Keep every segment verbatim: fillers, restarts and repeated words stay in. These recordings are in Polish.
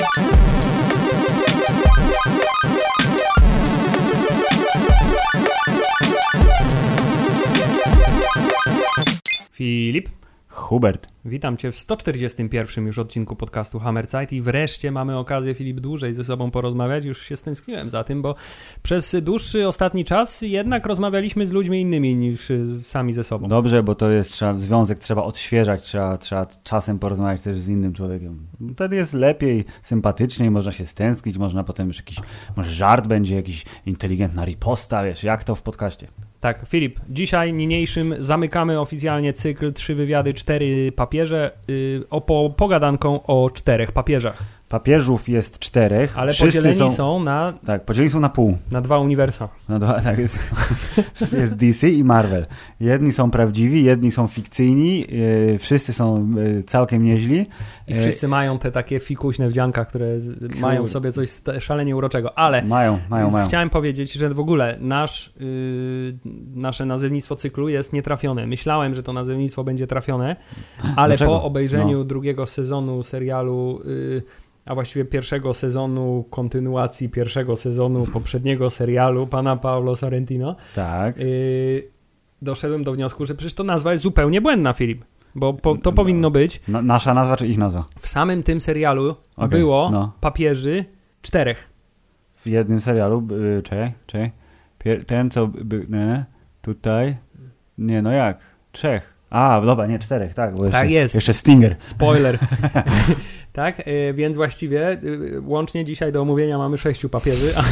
Filip. Hubert. Witam Cię w sto czterdziestym pierwszym już odcinku podcastu Hammerzeit i wreszcie mamy okazję, Filip, dłużej ze sobą porozmawiać. Już się stęskniłem za tym, bo przez dłuższy ostatni czas jednak rozmawialiśmy z ludźmi innymi niż sami ze sobą. Dobrze, bo to jest trzeba, związek trzeba odświeżać, trzeba, trzeba czasem porozmawiać też z innym człowiekiem. Wtedy jest lepiej, sympatyczniej, można się stęsknić, można potem już jakiś, może żart będzie, jakiś inteligentna riposta, wiesz, jak to w podcaście. Tak, Filip, dzisiaj niniejszym zamykamy oficjalnie cykl Trzy wywiady, cztery papieże, yy, opo, pogadanką o czterech papieżach. Papieżów jest czterech. Ale wszyscy podzieleni są, są na... Tak, podzieleni są na pół. Na dwa uniwersa. Na dwa, tak, jest, jest D C i Marvel. Jedni są prawdziwi, jedni są fikcyjni, yy, wszyscy są yy, całkiem nieźli. I wszyscy yy, mają te takie fikuśne wdzianka, które kur... mają w sobie coś szalenie uroczego. Ale mają, mają, mają. Chciałem powiedzieć, że w ogóle nasz, yy, nasze nazewnictwo cyklu jest nietrafione. Myślałem, że to nazewnictwo będzie trafione, ale Dlaczego? po obejrzeniu no. drugiego sezonu serialu... Yy, a właściwie pierwszego sezonu, kontynuacji pierwszego sezonu poprzedniego serialu pana Paolo Sorrentino, tak. yy, doszedłem do wniosku, że przecież to nazwa jest zupełnie błędna, Filip, bo po, to no, powinno być... Na, nasza nazwa czy ich nazwa? W samym tym serialu okay, było no. papieży czterech. W jednym serialu, yy, czekaj, czekaj, Pier, ten co, by, nie, tutaj, nie no jak, trzech. A, dobra, nie, czterech, tak. Bo jeszcze, tak jest. Jeszcze Stinger. Spoiler. tak, yy, więc właściwie yy, łącznie dzisiaj do omówienia mamy sześciu papieży, a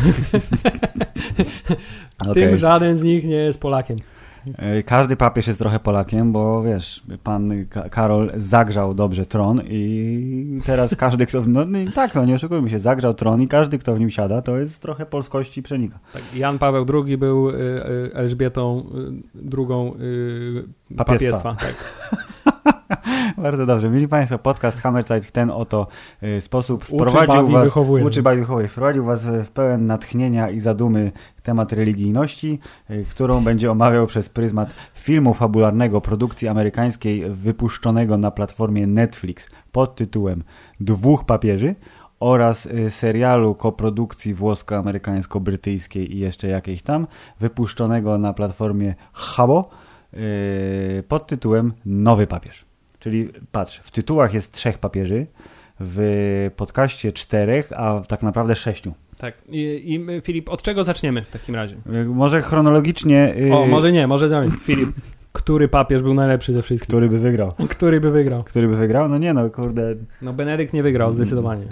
w okay. tym żaden z nich nie jest Polakiem. Każdy papież jest trochę Polakiem, bo wiesz, pan Karol zagrzał dobrze tron i teraz każdy, kto... No tak, no nie oszukujmy się, zagrzał tron i każdy, kto w nim siada, to jest trochę polskości przenika. Tak, Jan Paweł drugi był y, y, Elżbietą y, drugą y, papiestwa. Tak. Bardzo dobrze. Mieli Państwo podcast Hammerzeit w ten oto y, sposób wprowadził uczy, was, wychowuje. Uczy, bawi, wychowuje. Wprowadził was w pełen natchnienia i zadumy temat religijności, y, którą będzie omawiał przez pryzmat filmu fabularnego produkcji amerykańskiej wypuszczonego na platformie Netflix pod tytułem Dwóch papieży oraz y, serialu koprodukcji włosko-amerykańsko-brytyjskiej i jeszcze jakiejś tam wypuszczonego na platformie Habo y, pod tytułem Nowy papież. Czyli patrz, w tytułach jest trzech papieży, w podcaście czterech, a tak naprawdę sześciu. Tak. I, i Filip, od czego zaczniemy w takim razie? Może chronologicznie... Yy... O, może nie, może nie. Filip, który papież był najlepszy ze wszystkich? Który by wygrał? Który by wygrał? Który by wygrał? No nie no, kurde... No Benedykt nie wygrał, zdecydowanie.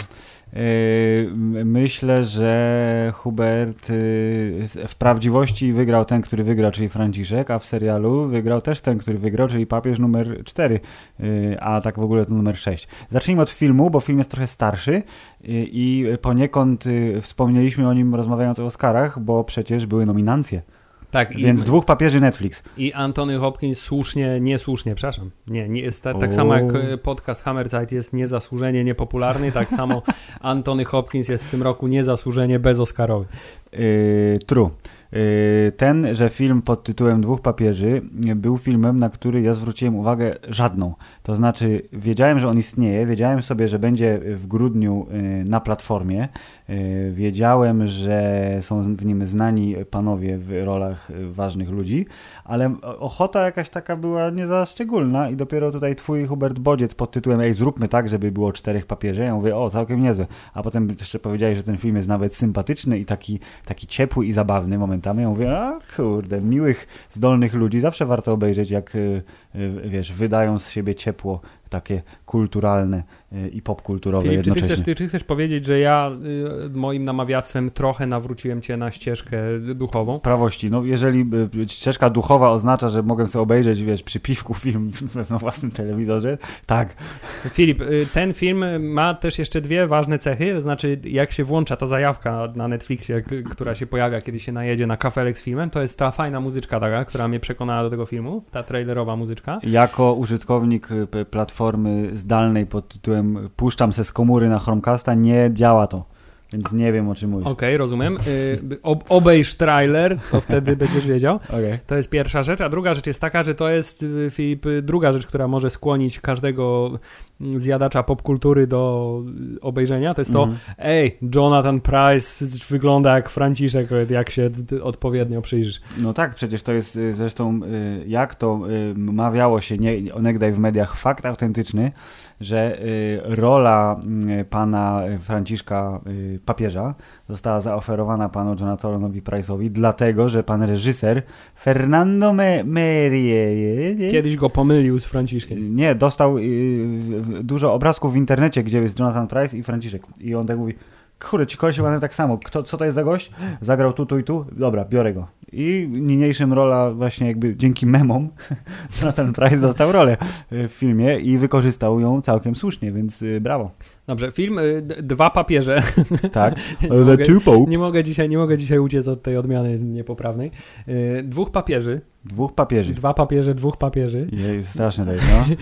Yy, myślę, że Hubert yy, w prawdziwości wygrał ten, który wygrał, czyli Franciszek, a w serialu wygrał też ten, który wygrał, czyli papież numer cztery, yy, a tak w ogóle to numer sześć. Zacznijmy od filmu, bo film jest trochę starszy yy, i poniekąd yy, wspomnieliśmy o nim rozmawiając o Oscarach, bo przecież były nominacje. Tak, Więc i, dwóch papieży Netflix. I Anthony Hopkins słusznie, niesłusznie, przepraszam. Nie, nie jest ta, tak samo jak podcast Hammerzeit jest niezasłużenie niepopularny, tak samo Anthony Hopkins jest w tym roku niezasłużenie bezoscarowy. Yy, true. Yy, ten, że film pod tytułem Dwóch papieży był filmem, na który ja zwróciłem uwagę żadną. To znaczy wiedziałem, że on istnieje, wiedziałem sobie, że będzie w grudniu yy, na platformie, yy, wiedziałem, że są w nim znani panowie w rolach ważnych ludzi, ale ochota jakaś taka była nie za szczególna i dopiero tutaj twój Hubert Bodziec pod tytułem ej, zróbmy tak, żeby było czterech papieży. Ja mówię, o, całkiem niezłe. A potem jeszcze powiedziałeś, że ten film jest nawet sympatyczny i taki, taki ciepły i zabawny momentami. Ja mówię, a kurde, miłych, zdolnych ludzi zawsze warto obejrzeć, jak wiesz, wydają z siebie ciepło takie kulturalne i popkulturowe Filip, jednocześnie. Czy ty, chcesz, ty, czy chcesz powiedzieć, że ja y, moim namawiastwem trochę nawróciłem cię na ścieżkę duchową? Prawości. No jeżeli y, ścieżka duchowa oznacza, że mogę sobie obejrzeć, wiesz, przy piwku film na własnym telewizorze, tak. Filip, y, ten film ma też jeszcze dwie ważne cechy, to znaczy jak się włącza ta zajawka na Netflixie, k- która się pojawia, kiedy się najedzie na kafelek z filmem, to jest ta fajna muzyczka taka, która mnie przekonała do tego filmu, ta trailerowa muzyczka. Jako użytkownik platformy zdalnej pod tytułem puszczam se z komóry na Chromecasta, nie działa to. Więc nie wiem, o czym mówisz. Okej, okay, rozumiem. Yy, ob- obejrz trailer, to wtedy będziesz wiedział. Okay. To jest pierwsza rzecz. A druga rzecz jest taka, że to jest, Filip, druga rzecz, która może skłonić każdego zjadacza popkultury do obejrzenia, to jest to, mm. ej, Jonathan Pryce wygląda jak Franciszek, jak się odpowiednio przyjrzysz. No tak, przecież to jest zresztą, jak to mawiało się nie, onegdaj w mediach, fakt autentyczny, że rola pana Franciszka papieża została zaoferowana panu Jonathanowi Pryce'owi, dlatego, że pan reżyser Fernando Merie kiedyś go pomylił z Franciszkiem. Nie, dostał dużo obrazków w internecie, gdzie jest Jonathan Pryce i Franciszek. I on tak mówi, kurde, ci kolesie mają tak samo. Kto, co to jest za gość? Zagrał tu, tu i tu. Dobra, biorę go. I niniejszym rola właśnie jakby dzięki memom Jonathan Pryce dostał rolę w filmie i wykorzystał ją całkiem słusznie, więc brawo. Dobrze, film Dwa papieże. Tak. nie, mogę, nie, mogę dzisiaj, nie mogę dzisiaj uciec od tej odmiany niepoprawnej. Dwóch papieży. Dwóch papieży. Dwa papieże, dwóch papieży. Jest straszne to jest, no.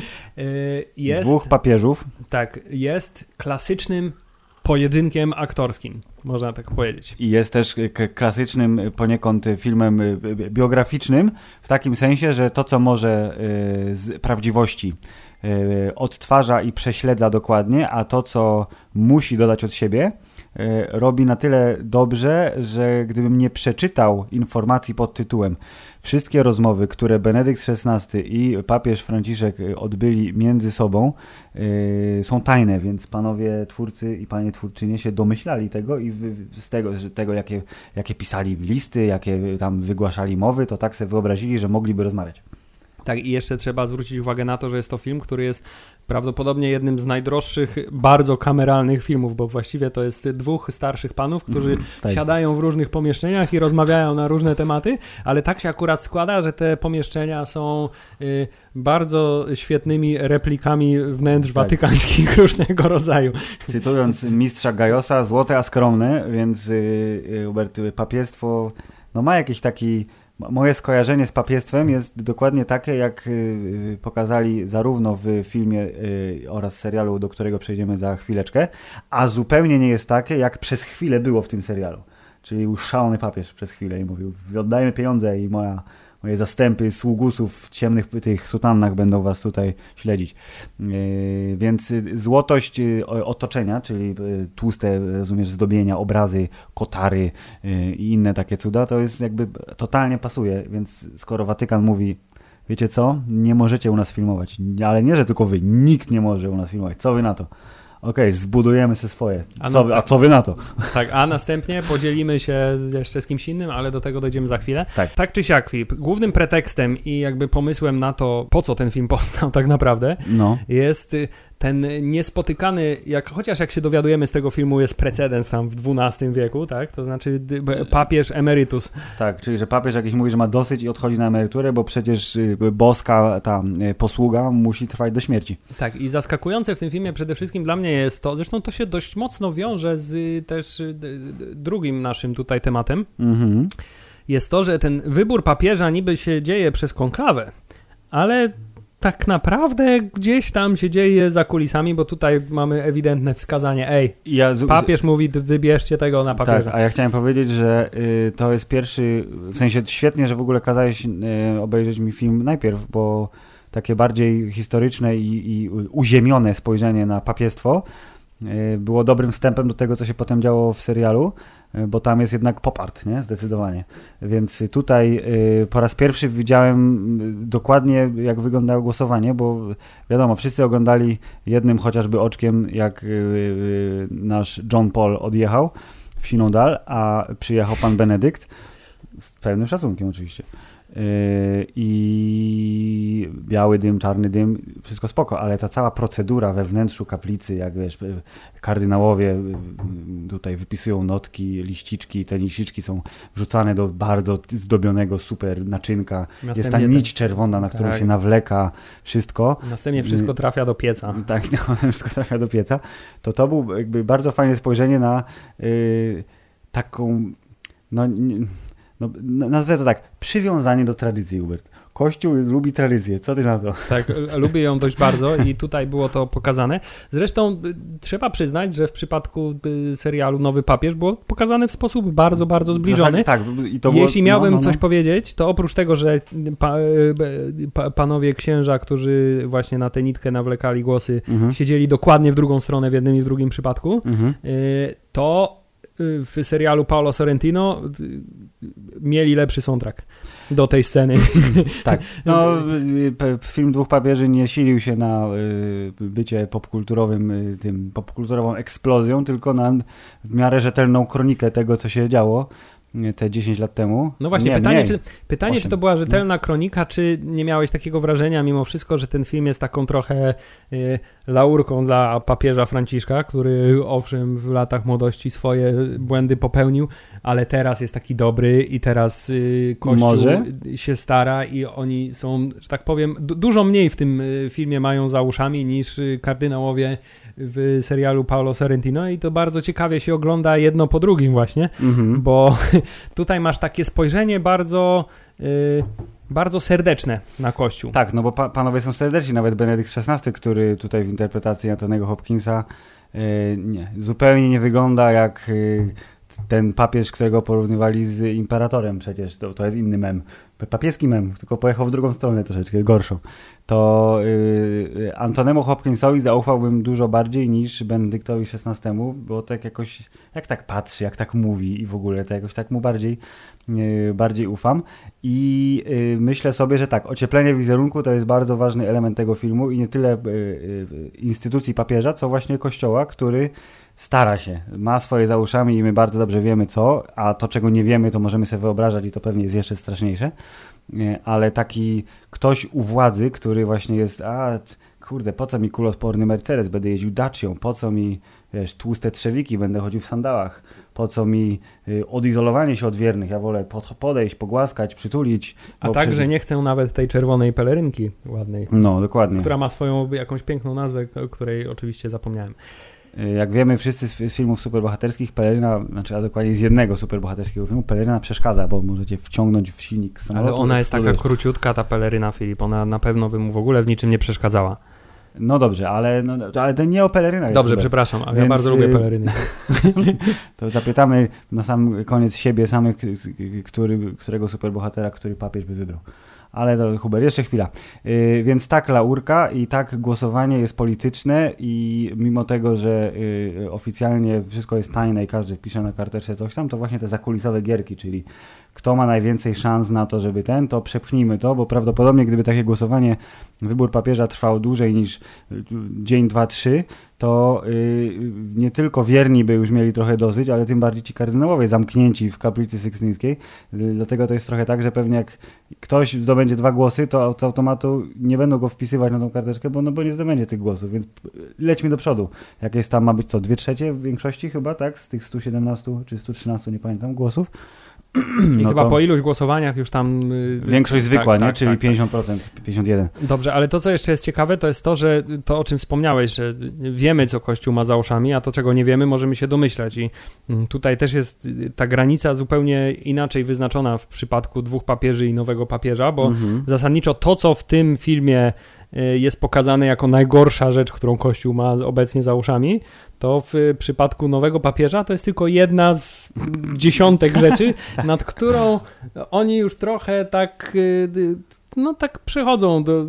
Jest, dwóch papieżów. Tak, jest klasycznym pojedynkiem aktorskim, można tak powiedzieć. I jest też k- klasycznym poniekąd filmem biograficznym, w takim sensie, że to, co może y, z prawdziwości y, odtwarza i prześledza dokładnie, a to, co musi dodać od siebie, y, robi na tyle dobrze, że gdybym nie przeczytał informacji pod tytułem wszystkie rozmowy, które Benedykt szesnasty i papież Franciszek odbyli między sobą, yy, są tajne, więc panowie twórcy i panie twórczynie się domyślali tego i wy, z tego, że tego jakie, jakie pisali listy, jakie tam wygłaszali mowy, to tak sobie wyobrazili, że mogliby rozmawiać. Tak, i jeszcze trzeba zwrócić uwagę na to, że jest to film, który jest prawdopodobnie jednym z najdroższych, bardzo kameralnych filmów, bo właściwie to jest dwóch starszych panów, którzy tak. siadają w różnych pomieszczeniach i rozmawiają na różne tematy, ale tak się akurat składa, że te pomieszczenia są y, bardzo świetnymi replikami wnętrz tak. watykańskich różnego rodzaju. Cytując mistrza Gajosa, złote a skromne, więc y, Hubert, papiestwo no, ma jakiś taki... Moje skojarzenie z papiestwem jest dokładnie takie, jak pokazali zarówno w filmie oraz serialu, do którego przejdziemy za chwileczkę, a zupełnie nie jest takie, jak przez chwilę było w tym serialu. Czyli był szalony papież przez chwilę i mówił, oddajmy pieniądze i moja, moje zastępy sługusów w ciemnych tych sutannach będą was tutaj śledzić. Yy, więc złotość otoczenia, czyli tłuste, rozumiesz, zdobienia, obrazy, kotary yy, i inne takie cuda, to jest jakby totalnie pasuje, więc skoro Watykan mówi, wiecie co, nie możecie u nas filmować, ale nie, że tylko wy, nikt nie może u nas filmować, co wy na to? Okej, okay, zbudujemy sobie swoje. A, co, no, tak, a co wy na to? Tak, a następnie podzielimy się jeszcze z kimś innym, ale do tego dojdziemy za chwilę. Tak, tak czy siak, Filip, głównym pretekstem i jakby pomysłem na to, po co ten film powstał tak naprawdę, no. jest ten niespotykany, jak, chociaż jak się dowiadujemy z tego filmu, jest precedens tam w dwunastym wieku, tak? To znaczy papież emeritus. Tak, czyli że papież jakiś mówi, że ma dosyć i odchodzi na emeryturę, bo przecież boska ta posługa musi trwać do śmierci. Tak, i zaskakujące w tym filmie przede wszystkim dla mnie jest to, zresztą to się dość mocno wiąże z też drugim naszym tutaj tematem, mhm. jest to, że ten wybór papieża niby się dzieje przez konklawę, ale tak naprawdę gdzieś tam się dzieje za kulisami, bo tutaj mamy ewidentne wskazanie, ej, ja z... papież mówi, wybierzcie tego na papieża. Tak, a ja chciałem powiedzieć, że y, to jest pierwszy, w sensie świetnie, że w ogóle kazałeś y, obejrzeć mi film najpierw, bo takie bardziej historyczne i, i uziemione spojrzenie na papiestwo y, było dobrym wstępem do tego, co się potem działo w serialu, bo tam jest jednak popart, nie? Zdecydowanie. Więc tutaj y, po raz pierwszy widziałem dokładnie, jak wyglądało głosowanie, bo wiadomo, wszyscy oglądali jednym chociażby oczkiem, jak y, y, nasz John Paul odjechał w siną dal, a przyjechał pan Benedykt, z pewnym szacunkiem oczywiście. I biały dym, czarny dym, wszystko spoko, ale ta cała procedura we wnętrzu kaplicy, jak wiesz, kardynałowie tutaj wypisują notki, liściczki, te liściczki są wrzucane do bardzo zdobionego super naczynka, następnie jest ta nić czerwona, na którą tak. się nawleka wszystko. Następnie wszystko trafia do pieca. Tak, no, wszystko trafia do pieca. To to był jakby bardzo fajne spojrzenie na yy, taką, no... no, nazwę to tak, przywiązanie do tradycji, Hubert. Kościół lubi tradycję, co ty na to? Tak, lubię ją dość bardzo i tutaj było to pokazane. Zresztą trzeba przyznać, że w przypadku serialu Nowy Papież było pokazane w sposób bardzo, bardzo zbliżony. Tak, i to było, Jeśli miałbym no, no, no. coś powiedzieć, to oprócz tego, że pa, pa, panowie księża, którzy właśnie na tę nitkę nawlekali głosy, mhm. siedzieli dokładnie w drugą stronę w jednym i w drugim przypadku, mhm. to w serialu Paolo Sorrentino mieli lepszy soundtrack do tej sceny. Tak. No, film Dwóch Papieży nie silił się na bycie popkulturowym, tym popkulturową eksplozją, tylko na w miarę rzetelną kronikę tego, co się działo te dziesięć lat temu. No właśnie, nie, pytanie, czy, pytanie czy to była rzetelna kronika, czy nie miałeś takiego wrażenia mimo wszystko, że ten film jest taką trochę y, laurką dla papieża Franciszka, który owszem w latach młodości swoje błędy popełnił, ale teraz jest taki dobry i teraz y, Kościół Może? się stara i oni są, że tak powiem, du- dużo mniej w tym y, filmie mają za uszami niż y, kardynałowie w serialu Paolo Sorrentino i to bardzo ciekawie się ogląda jedno po drugim właśnie, mhm. bo tutaj masz takie spojrzenie bardzo yy, bardzo serdeczne na Kościół. Tak, no bo pa- panowie są serdeczni, nawet Benedykt szesnasty, który tutaj w interpretacji Antonego Hopkinsa yy, nie, zupełnie nie wygląda jak yy, ten papież, którego porównywali z imperatorem przecież, to, to jest inny mem. Papieski mem, tylko pojechał w drugą stronę troszeczkę, gorszą. To yy, Antonemu Hopkinsowi zaufałbym dużo bardziej niż Benedyktowi szesnastemu, bo tak jakoś, jak tak patrzy, jak tak mówi i w ogóle, to jakoś tak mu bardziej, yy, bardziej ufam. I yy, myślę sobie, że tak, ocieplenie wizerunku to jest bardzo ważny element tego filmu i nie tyle yy, yy, instytucji papieża, co właśnie Kościoła, który stara się, ma swoje za uszami i my bardzo dobrze wiemy co, a to czego nie wiemy to możemy sobie wyobrażać i to pewnie jest jeszcze straszniejsze, ale taki ktoś u władzy, który właśnie jest, a kurde, po co mi kuloodporny Mercedes, będę jeździł Dacią, po co mi, wiesz, tłuste trzewiki, będę chodził w sandałach, po co mi y, odizolowanie się od wiernych, ja wolę pod, podejść, pogłaskać, przytulić. A także przecież nie chcę nawet tej czerwonej pelerynki ładnej. No, dokładnie. Która ma swoją jakąś piękną nazwę, o której oczywiście zapomniałem. Jak wiemy wszyscy z, z filmów superbohaterskich, peleryna, znaczy a dokładnie z jednego superbohaterskiego filmu, peleryna przeszkadza, bo możecie wciągnąć w silnik samolotu. Ale ona jest taka króciutka, ta peleryna, Filip, ona na pewno by mu w ogóle w niczym nie przeszkadzała. No dobrze, ale, no, ale to nie o pelerynach. Dobrze, przepraszam, ale Więc, ja bardzo lubię peleryny. To zapytamy na sam koniec siebie samych, który, którego superbohatera, który papież by wybrał. Ale to Hubert, jeszcze chwila. Yy, więc tak laurka i tak głosowanie jest polityczne i mimo tego, że yy, oficjalnie wszystko jest tajne i każdy wpisze na karteczce coś tam, to właśnie te zakulisowe gierki, czyli kto ma najwięcej szans na to, żeby ten, to przepchnijmy to, bo prawdopodobnie gdyby takie głosowanie, wybór papieża trwał dłużej niż dzień, dwa, trzy, to yy, nie tylko wierni by już mieli trochę dosyć, ale tym bardziej ci kardynałowie zamknięci w kaplicy sykstyńskiej. Yy, dlatego to jest trochę tak, że pewnie jak ktoś zdobędzie dwa głosy, to z automatu nie będą go wpisywać na tą karteczkę, bo, no, bo nie zdobędzie tych głosów, więc lećmy do przodu. Jak jest tam, ma być co, dwie trzecie w większości chyba, tak? Z tych stu siedemnastu czy stu trzynastu, nie pamiętam, głosów. I no chyba po iluś głosowaniach już tam... Większość zwykła, tak, nie? Tak, Czyli tak, pięćdziesiąt procent, pięćdziesiąt jeden procent. Dobrze, ale to, co jeszcze jest ciekawe, to jest to, że to, o czym wspomniałeś, że wiemy, co Kościół ma za uszami, a to, czego nie wiemy, możemy się domyślać. I tutaj też jest ta granica zupełnie inaczej wyznaczona w przypadku dwóch papieży i nowego papieża, bo mhm. zasadniczo to, co w tym filmie jest pokazane jako najgorsza rzecz, którą Kościół ma obecnie za uszami, to w przypadku nowego papieża to jest tylko jedna z dziesiątek rzeczy, nad którą oni już trochę tak, no tak przechodzą do,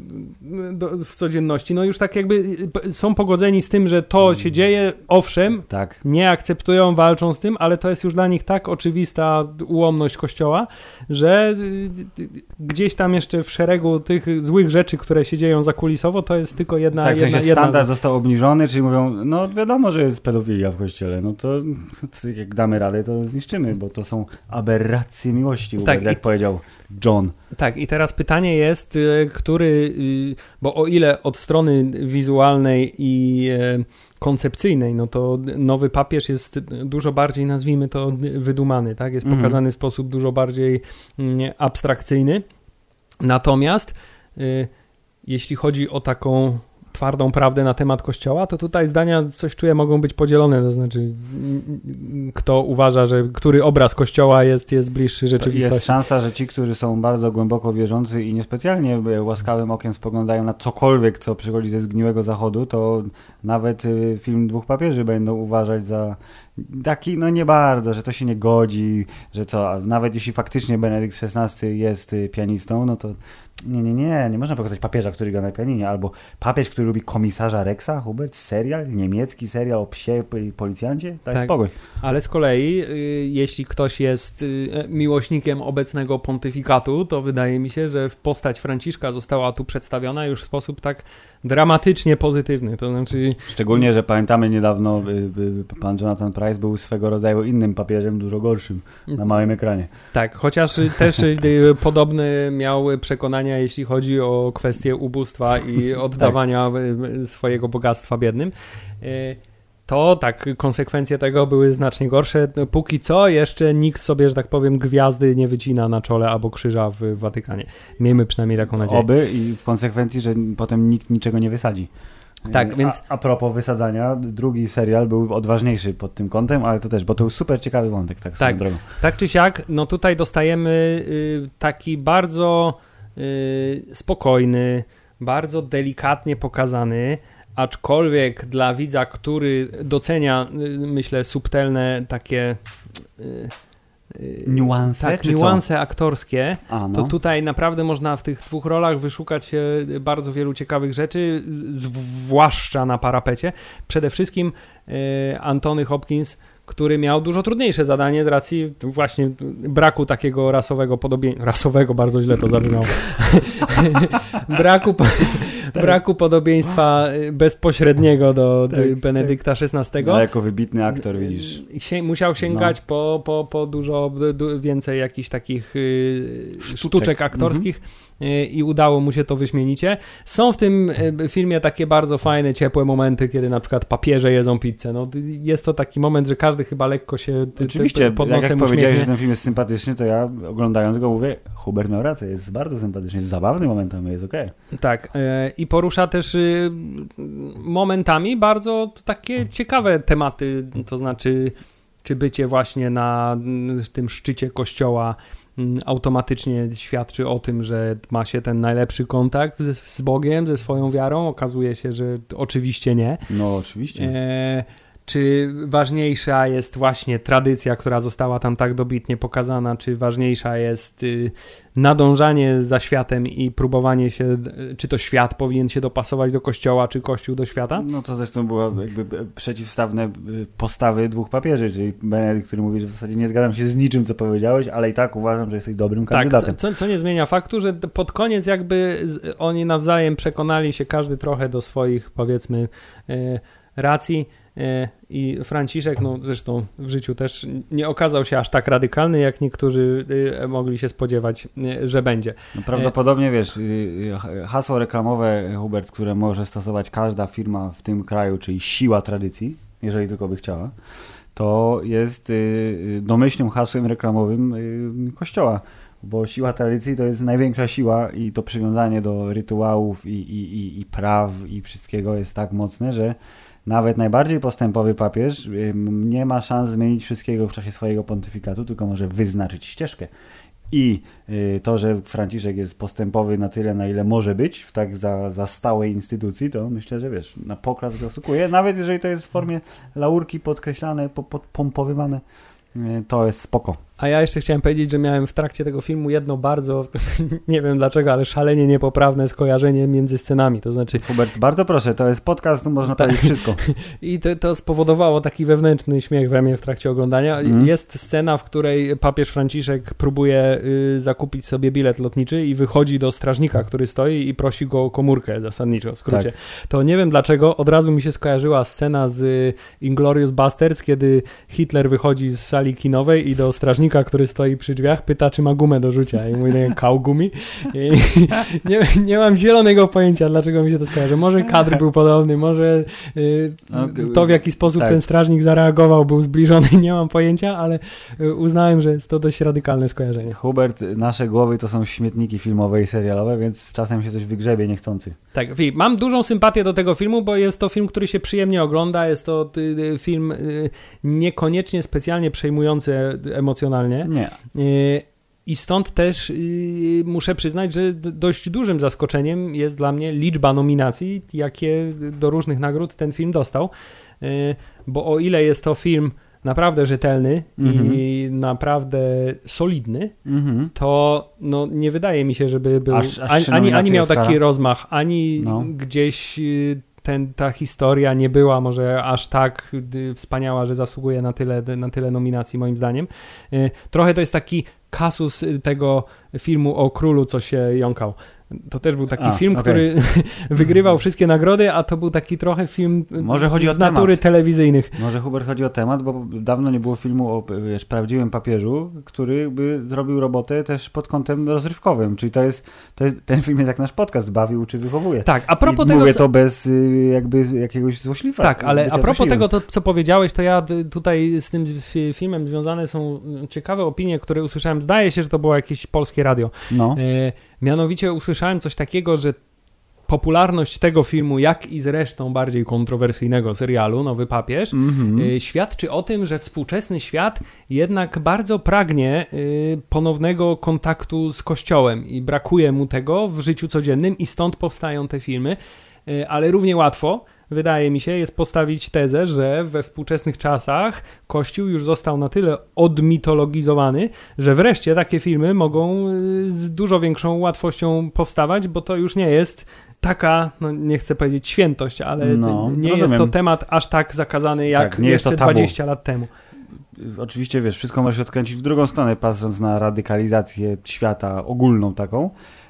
do, w codzienności. No już tak jakby są pogodzeni z tym, że to się dzieje, owszem, tak. Nie akceptują, walczą z tym, ale to jest już dla nich tak oczywista ułomność Kościoła, że gdzieś tam jeszcze w szeregu tych złych rzeczy, które się dzieją zakulisowo, to jest tylko jedna... Tak, jedna, w jedna standard z... został obniżony, czyli mówią, no wiadomo, że jest pedofilia w Kościele, no to jak damy radę, to zniszczymy, bo to są aberracje miłości, tak, jak i... powiedział John. Tak, i teraz pytanie jest, który, bo o ile od strony wizualnej i koncepcyjnej, no to nowy papież jest dużo bardziej, nazwijmy to, wydumany, tak? Jest pokazany mm. w sposób dużo bardziej abstrakcyjny. Natomiast jeśli chodzi o taką twardą prawdę na temat Kościoła, to tutaj zdania, coś czuję, mogą być podzielone, to znaczy kto uważa, że który obraz Kościoła jest, jest bliższy rzeczywistości. Jest szansa, że ci, którzy są bardzo głęboko wierzący i niespecjalnie łaskawym okiem spoglądają na cokolwiek, co przychodzi ze zgniłego zachodu, to nawet film Dwóch papieży będą uważać za taki, no nie bardzo, że to się nie godzi, że co, nawet jeśli faktycznie Benedykt szesnasty jest pianistą, no to nie, nie, nie, nie można pokazać papieża, który gra na pianinie, albo papież, który lubi komisarza Rexa, Hubert, serial, niemiecki serial o psie i policjancie, daj tak, spokój. Ale z kolei, y, jeśli ktoś jest y, miłośnikiem obecnego pontyfikatu, to wydaje mi się, że postać Franciszka została tu przedstawiona już w sposób tak dramatycznie pozytywny, to znaczy... Szczególnie, że pamiętamy niedawno, y, y, pan Jonathan Pryce był swego rodzaju innym papieżem, dużo gorszym, na małym ekranie. Tak, chociaż też y, podobne miał przekonania, jeśli chodzi o kwestię ubóstwa i oddawania tak. swojego bogactwa biednym. To tak, konsekwencje tego były znacznie gorsze. Póki co jeszcze nikt sobie, że tak powiem, gwiazdy nie wycina na czole albo krzyża w Watykanie. Miejmy przynajmniej taką nadzieję. Oby i w konsekwencji, że potem nikt niczego nie wysadzi. Tak, więc... A, a propos wysadzania, drugi serial był odważniejszy pod tym kątem, ale to też, bo to był super ciekawy wątek, tak, tak drogą. Tak czy siak, no tutaj dostajemy y, taki bardzo y, spokojny, bardzo delikatnie pokazany, aczkolwiek dla widza, który docenia, y, myślę, subtelne takie... Y, Niuanse? Tak, czy niuanse co? aktorskie, A, no. to tutaj naprawdę można w tych dwóch rolach wyszukać się bardzo wielu ciekawych rzeczy, zwłaszcza na parapecie. Przede wszystkim e, Anthony Hopkins, który miał dużo trudniejsze zadanie z racji właśnie braku takiego rasowego podobieństwa, rasowego, bardzo źle to zabrzmiało, braku, braku podobieństwa bezpośredniego do, do tak, Benedykta szesnastego. No, jako wybitny aktor, widzisz. Sie, musiał sięgać no. po, po, po dużo du, więcej jakichś takich y, sztuczek. sztuczek aktorskich mm-hmm. y, i udało mu się to wyśmienicie. Są w tym y, filmie takie bardzo fajne, ciepłe momenty, kiedy na przykład papieże jedzą pizzę. No, jest to taki moment, że każdy chyba lekko się ty, Oczywiście, ty, pod nosem jak, jak uśmiechnie. powiedziałeś, że ten film jest sympatyczny, to ja oglądając go mówię, Hubert miał rację, jest bardzo sympatyczny, jest zabawny momentami, jest okej. Okay. Tak, y, i porusza też y, momentami bardzo takie ciekawe tematy, to znaczy czy bycie właśnie na tym szczycie kościoła automatycznie świadczy o tym, że ma się ten najlepszy kontakt z, z Bogiem, ze swoją wiarą. Okazuje się, że oczywiście nie. No oczywiście. E, czy ważniejsza jest właśnie tradycja, która została tam tak dobitnie pokazana, czy ważniejsza jest y, nadążanie za światem i próbowanie się, y, czy to świat powinien się dopasować do Kościoła, czy Kościół do świata? No to zresztą były jakby przeciwstawne postawy dwóch papieży, czyli Benedykt, który mówi, że w zasadzie nie zgadzam się z niczym, co powiedziałeś, ale i tak uważam, że jesteś dobrym kandydatem. Tak, co, co nie zmienia faktu, że pod koniec jakby oni nawzajem przekonali się każdy trochę do swoich, powiedzmy, y, racji. I Franciszek, no zresztą w życiu też nie okazał się aż tak radykalny, jak niektórzy mogli się spodziewać, że będzie. No prawdopodobnie, wiesz, hasło reklamowe, Hubert, które może stosować każda firma w tym kraju, czyli siła tradycji, jeżeli tylko by chciała, to jest domyślnym hasłem reklamowym Kościoła. Bo siła tradycji to jest największa siła i to przywiązanie do rytuałów i, i, i, i praw i wszystkiego jest tak mocne, że nawet najbardziej postępowy papież nie ma szans zmienić wszystkiego w czasie swojego pontyfikatu, tylko może wyznaczyć ścieżkę. I to, że Franciszek jest postępowy na tyle, na ile może być w tak za, za stałej instytucji, to myślę, że wiesz, na poklask zasługuje. Nawet jeżeli to jest w formie laurki podkreślane, podpompowywane, to jest spoko. A ja jeszcze chciałem powiedzieć, że miałem w trakcie tego filmu jedno bardzo, nie wiem dlaczego, ale szalenie niepoprawne skojarzenie między scenami, to znaczy... Hubert, bardzo proszę, to jest podcast, tu można powiedzieć wszystko. I to, to spowodowało taki wewnętrzny śmiech we mnie w trakcie oglądania. Mm. Jest scena, w której papież Franciszek próbuje y, zakupić sobie bilet lotniczy i wychodzi do strażnika, który stoi i prosi go o komórkę zasadniczo, w skrócie. Tak. To nie wiem dlaczego, od razu mi się skojarzyła scena z y, Inglourious Basterds, kiedy Hitler wychodzi z sali kinowej i do strażnika, który stoi przy drzwiach, pyta, czy ma gumę do rzucia. I mówi, nie, kaugumi. I nie, nie mam zielonego pojęcia, dlaczego mi się to skojarzy. Może kadr był podobny, może y, to, w jaki sposób tak. ten strażnik zareagował, był zbliżony, nie mam pojęcia, ale uznałem, że jest to dość radykalne skojarzenie. Hubert, nasze głowy to są śmietniki filmowe i serialowe, więc czasem się coś wygrzebie niechcący. Tak, mam dużą sympatię do tego filmu, bo jest to film, który się przyjemnie ogląda, jest to y, film y, niekoniecznie specjalnie przejmujący emocjonalnie. Nie. Y, I stąd też y, muszę przyznać, że dość dużym zaskoczeniem jest dla mnie liczba nominacji, jakie do różnych nagród ten film dostał, y, bo o ile jest to film naprawdę rzetelny mm-hmm. i naprawdę solidny, mm-hmm. to no, nie wydaje mi się, żeby był aż, aż ani, ani miał taki rozmach, ani no. gdzieś ten, ta historia nie była może aż tak wspaniała, że zasługuje na tyle, na tyle nominacji moim zdaniem. Trochę to jest taki kasus tego filmu o królu, co się jąkał. To też był taki a, film, okay. który wygrywał wszystkie nagrody, a to był taki trochę film Może chodzi o z natury temat. telewizyjnych. Może, Hubert, chodzi o temat, bo dawno nie było filmu o wiesz, prawdziwym papieżu, który by zrobił robotę też pod kątem rozrywkowym. Czyli to jest, to jest ten film jest jak nasz podcast, bawił czy wychowuje. Tak, a propos I tego... Mówię to bez jakby jakiegoś złośliwa. Tak, ale a propos złośliwym. tego, to, co powiedziałeś, to ja tutaj z tym filmem związane są ciekawe opinie, które usłyszałem. Zdaje się, że to było jakieś polskie radio. No. E, mianowicie usłyszałem coś takiego, że popularność tego filmu, jak i zresztą bardziej kontrowersyjnego serialu Nowy Papież, mm-hmm. y, świadczy o tym, że współczesny świat jednak bardzo pragnie y, ponownego kontaktu z Kościołem i brakuje mu tego w życiu codziennym i stąd powstają te filmy, y, ale równie łatwo, wydaje mi się, jest postawić tezę, że we współczesnych czasach Kościół już został na tyle odmitologizowany, że wreszcie takie filmy mogą z dużo większą łatwością powstawać, bo to już nie jest taka, no nie chcę powiedzieć świętość, ale no, nie rozumiem. Jest to temat aż tak zakazany jak tak, jeszcze dwadzieścia lat temu. Oczywiście, wiesz, wszystko może się odkręcić w drugą stronę, patrząc na radykalizację świata ogólną taką.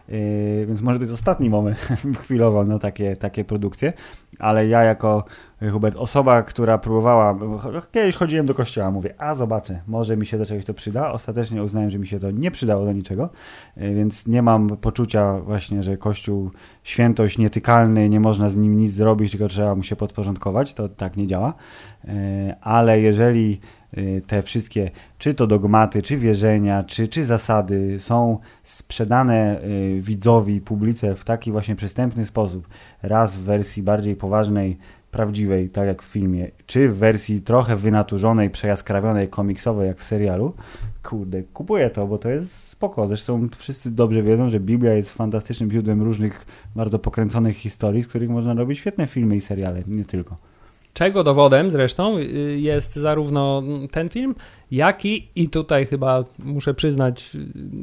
Yy, więc może to jest ostatni moment chwilowo na takie, takie produkcje, ale ja jako Hubert, osoba, która próbowała, kiedyś chodziłem do kościoła, mówię, a zobaczę, może mi się do czegoś to przyda, ostatecznie uznałem, że mi się to nie przydało do niczego, yy, więc nie mam poczucia właśnie, że Kościół świętość, nietykalny, nie można z nim nic zrobić, tylko trzeba mu się podporządkować, to tak nie działa, yy, ale jeżeli te wszystkie, czy to dogmaty, czy wierzenia, czy, czy zasady są sprzedane widzowi, publice w taki właśnie przystępny sposób, raz w wersji bardziej poważnej, prawdziwej, tak jak w filmie, czy w wersji trochę wynaturzonej, przejaskrawionej, komiksowej, jak w serialu, kurde, kupuję to, bo to jest spoko. Zresztą wszyscy dobrze wiedzą, że Biblia jest fantastycznym źródłem różnych bardzo pokręconych historii, z których można robić świetne filmy i seriale, nie tylko. Czego dowodem zresztą jest zarówno ten film, jak i, i tutaj chyba muszę przyznać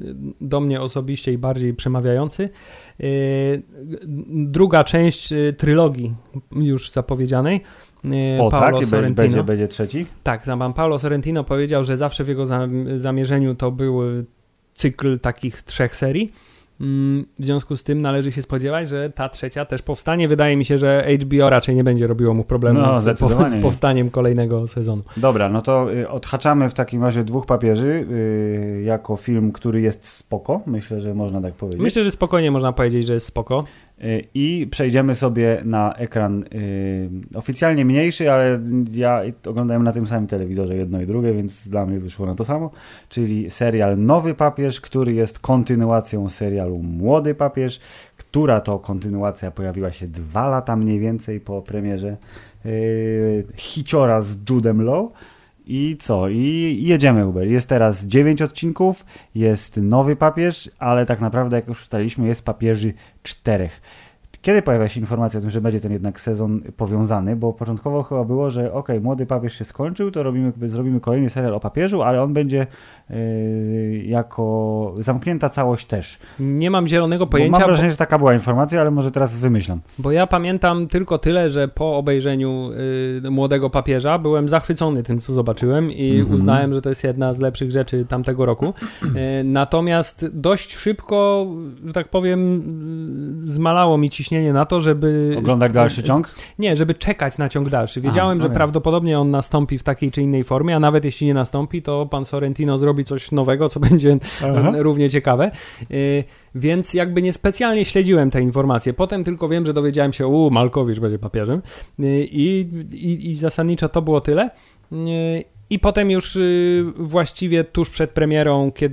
do mnie osobiście i bardziej przemawiający, yy, druga część trylogii już zapowiedzianej. Yy, o Paolo tak? Sorrentino. Będzie, będzie trzeci? Tak, pan Paolo Sorrentino powiedział, że zawsze w jego zamierzeniu to był cykl takich trzech serii. W związku z tym należy się spodziewać, że ta trzecia też powstanie. Wydaje mi się, że H B O raczej nie będzie robiło mu problemu no, z, po, z powstaniem kolejnego sezonu. Dobra, no to y, odhaczamy w takim razie Dwóch papieży y, jako film, który jest spoko. Myślę, że można tak powiedzieć. Myślę, że spokojnie można powiedzieć, że jest spoko. Y, I przejdziemy sobie na ekran y, oficjalnie mniejszy, ale ja oglądałem na tym samym telewizorze jedno i drugie, więc dla mnie wyszło na to samo. Czyli serial Nowy Papież, który jest kontynuacją serialu Młody Papież, która to kontynuacja pojawiła się dwa lata mniej więcej po premierze yy, hiciora z Judem Law. I co? I jedziemy, Uber. Jest teraz dziewięć odcinków, jest Nowy Papież, ale tak naprawdę, jak już ustaliliśmy, jest papieży czterech. Kiedy pojawia się informacja o tym, że będzie ten jednak sezon powiązany? Bo początkowo chyba było, że ok, Młody Papież się skończył, to robimy, zrobimy kolejny serial o papieżu, ale on będzie yy, jako zamknięta całość też. Nie mam zielonego pojęcia. Bo mam wrażenie, bo... że taka była informacja, ale może teraz wymyślam. Bo ja pamiętam tylko tyle, że po obejrzeniu yy, Młodego Papieża byłem zachwycony tym, co zobaczyłem i mm-hmm. uznałem, że to jest jedna z lepszych rzeczy tamtego roku. Yy, natomiast dość szybko, że tak powiem, zmalało mi ciśnienie na to, żeby... Oglądać dalszy ciąg? Nie, żeby czekać na ciąg dalszy. Wiedziałem, a, że wiem. prawdopodobnie on nastąpi w takiej czy innej formie, a nawet jeśli nie nastąpi, to pan Sorrentino zrobi coś nowego, co będzie Aha. równie ciekawe. Y, więc jakby niespecjalnie śledziłem te informacje. Potem tylko wiem, że dowiedziałem się, u Malkowicz będzie papieżem. Y, i, i, I zasadniczo to było tyle. Y, I potem już y, właściwie tuż przed premierą, kiedy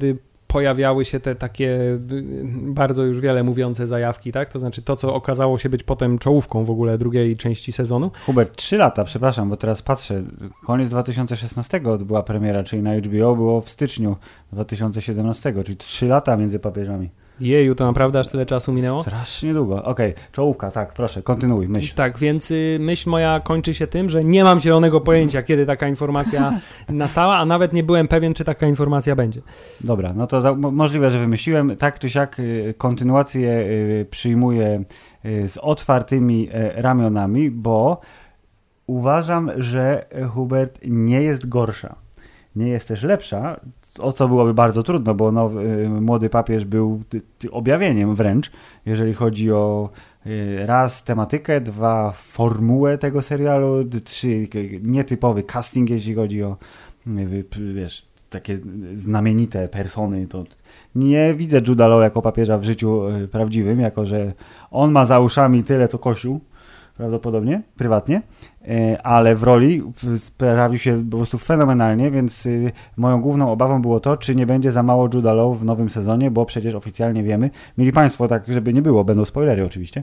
pojawiały się te takie bardzo już wiele mówiące zajawki, tak? To znaczy to, co okazało się być potem czołówką w ogóle drugiej części sezonu. Hubert, trzy lata, przepraszam, bo teraz patrzę, koniec dwa tysiące szesnastego była premiera, czyli na H B O było w styczniu dwa tysiące siedemnastego, czyli trzy lata między papieżami. Jeju, to naprawdę aż tyle czasu minęło? Strasznie długo. Okej, okay. Czołówka, tak, proszę, kontynuuj, myśl. Tak, więc y, myśl moja kończy się tym, że nie mam zielonego pojęcia, kiedy taka informacja nastała, a nawet nie byłem pewien, czy taka informacja będzie. Dobra, no to za, możliwe, że wymyśliłem. Tak czy siak y, kontynuację y, przyjmuję y, z otwartymi y, ramionami, bo uważam, że Hubert nie jest gorsza. Nie jest też lepsza, o co byłoby bardzo trudno, bo nowy, młody papież był ty, ty objawieniem wręcz, jeżeli chodzi o y, raz tematykę, dwa formułę tego serialu, trzy nietypowy casting, jeśli chodzi o y, wiesz, takie znamienite persony. To nie widzę Juda Law jako papieża w życiu y, prawdziwym, jako że on ma za uszami tyle, co Kościół, prawdopodobnie, prywatnie, ale w roli sprawił się po prostu fenomenalnie, więc moją główną obawą było to, czy nie będzie za mało Juda Law w nowym sezonie, bo przecież oficjalnie wiemy, mieli Państwo, tak żeby nie było, będą spoilery oczywiście,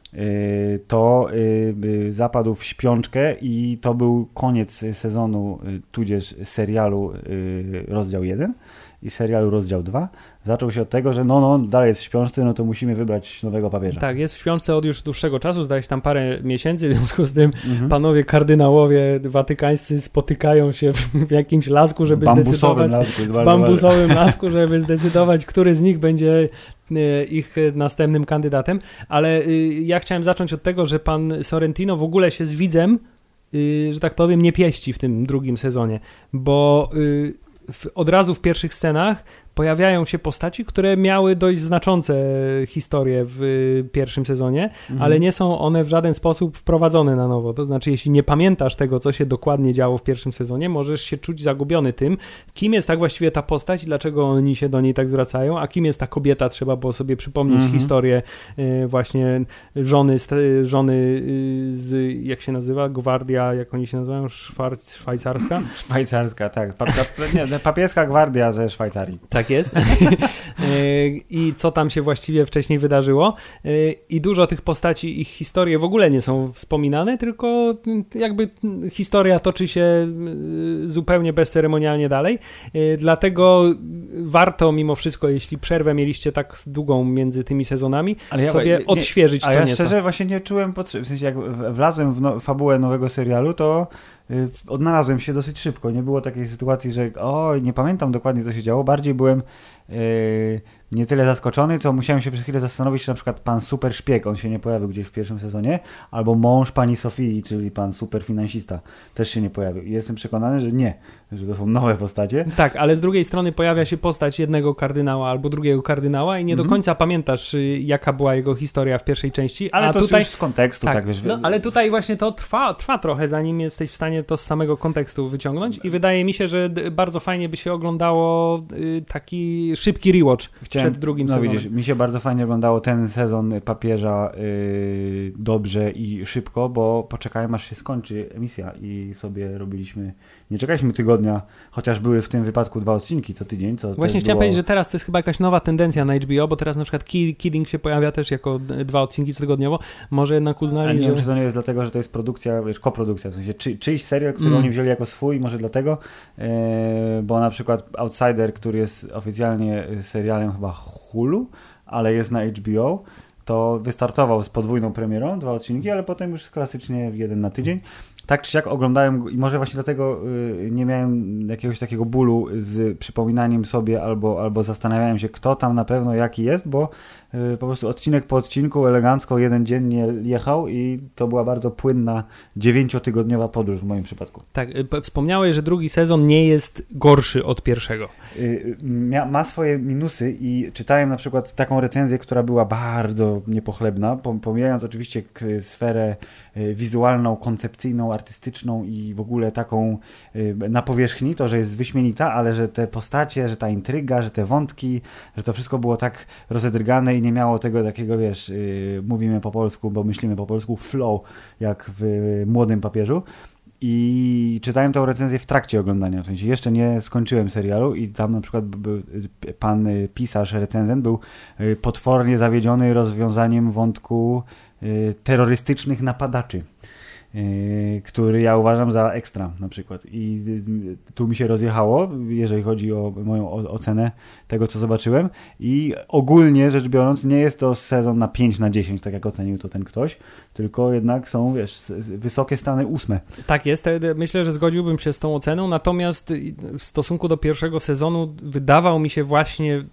to zapadł w śpiączkę i to był koniec sezonu, tudzież serialu rozdział jeden i serialu rozdział dwa. Zaczął się od tego, że no, no, dalej jest w śpiączce, no to musimy wybrać nowego papieża. Tak, jest w śpiączce od już dłuższego czasu, zdaje się tam parę miesięcy, w związku z tym mhm. panowie kardynałowie watykańscy spotykają się w, w jakimś lasku, żeby bambusowym zdecydować... Lasku, w bambusowym lasku, żeby zdecydować, który z nich będzie ich następnym kandydatem, ale ja chciałem zacząć od tego, że pan Sorrentino w ogóle się z widzem, że tak powiem, nie pieści w tym drugim sezonie, bo w, od razu w pierwszych scenach pojawiają się postaci, które miały dość znaczące historie w pierwszym sezonie, mhm. ale nie są one w żaden sposób wprowadzone na nowo. To znaczy, jeśli nie pamiętasz tego, co się dokładnie działo w pierwszym sezonie, możesz się czuć zagubiony tym, kim jest tak właściwie ta postać i dlaczego oni się do niej tak zwracają, a kim jest ta kobieta, trzeba było sobie przypomnieć mhm. historię y, właśnie żony, żony y, z, jak się nazywa, gwardia, jak oni się nazywają, Szwar, szwajcarska? Szwajcarska, tak. Pa, pa, nie, papieska gwardia ze Szwajcarii. Tak jest. I co tam się właściwie wcześniej wydarzyło. I dużo tych postaci, ich historie w ogóle nie są wspominane, tylko jakby historia toczy się zupełnie bezceremonialnie dalej. Dlatego warto mimo wszystko, jeśli przerwę mieliście tak długą między tymi sezonami, ale ja, sobie nie, odświeżyć a co ja nieco. Szczerze właśnie nie czułem potrzeby. W sensie jak wlazłem w no, fabułę nowego serialu, to odnalazłem się dosyć szybko. Nie było takiej sytuacji, że oj, nie pamiętam dokładnie, co się działo. Bardziej byłem yy, nie tyle zaskoczony, co musiałem się przez chwilę zastanowić, czy na przykład pan super szpieg, on się nie pojawił gdzieś w pierwszym sezonie, albo mąż pani Sofii, czyli pan super finansista, też się nie pojawił. I jestem przekonany, że nie, że to są nowe postacie. Tak, ale z drugiej strony pojawia się postać jednego kardynała albo drugiego kardynała i nie mm-hmm. do końca pamiętasz, jaka była jego historia w pierwszej części. Ale a to tutaj już z kontekstu, tak, tak wiesz. No, ale tutaj właśnie to trwa, trwa trochę, zanim jesteś w stanie to z samego kontekstu wyciągnąć i wydaje mi się, że bardzo fajnie by się oglądało y, taki szybki rewatch Chciałem, przed drugim no sezonem. Widzisz, mi się bardzo fajnie oglądało ten sezon Papieża yy, dobrze i szybko, bo poczekałem, aż się skończy emisja i sobie robiliśmy, nie czekaliśmy tygodnia, chociaż były w tym wypadku dwa odcinki co tydzień. Co Właśnie chciałem było... powiedzieć, że teraz to jest chyba jakaś nowa tendencja na H B O, bo teraz na przykład Kidding się pojawia też jako dwa odcinki cotygodniowo. Może jednak uznali, Ale nie że... wiem, czy to nie jest dlatego, że to jest produkcja, wiesz, koprodukcja, w sensie czy, czyjś serial, który mm. oni wzięli jako swój, może dlatego, yy, bo na przykład Outsider, który jest oficjalnie serialem chyba Hulu, ale jest na H B O, to wystartował z podwójną premierą, dwa odcinki, ale potem już klasycznie jeden na tydzień. Tak czy siak oglądałem i może właśnie dlatego y, nie miałem jakiegoś takiego bólu z przypominaniem sobie albo, albo zastanawiałem się, kto tam na pewno jaki jest, bo y, po prostu odcinek po odcinku elegancko jeden dziennie jechał i to była bardzo płynna dziewięciotygodniowa podróż w moim przypadku. Tak, wspomniałeś, że drugi sezon nie jest gorszy od pierwszego. Y, ma, ma swoje minusy i czytałem na przykład taką recenzję, która była bardzo niepochlebna, pomijając oczywiście sferę y, wizualną, koncepcyjną, artystyczną i w ogóle taką y, na powierzchni, to, że jest wyśmienita, ale że te postacie, że ta intryga, że te wątki, że to wszystko było tak rozedrgane i nie miało tego takiego, wiesz, y, mówimy po polsku, bo myślimy po polsku, flow, jak w y, Młodym Papieżu. I czytałem tą recenzję w trakcie oglądania, w sensie jeszcze nie skończyłem serialu i tam na przykład był, pan pisarz, recenzent był potwornie zawiedziony rozwiązaniem wątku terrorystycznych napadaczy, który ja uważam za ekstra na przykład. I tu mi się rozjechało, jeżeli chodzi o moją ocenę tego, co zobaczyłem. I ogólnie rzecz biorąc, nie jest to sezon na pięć na dziesięć, tak jak ocenił to ten ktoś, tylko jednak są, wiesz, wysokie stany ósme. Tak jest, myślę, że zgodziłbym się z tą oceną, natomiast w stosunku do pierwszego sezonu wydawał mi się właśnie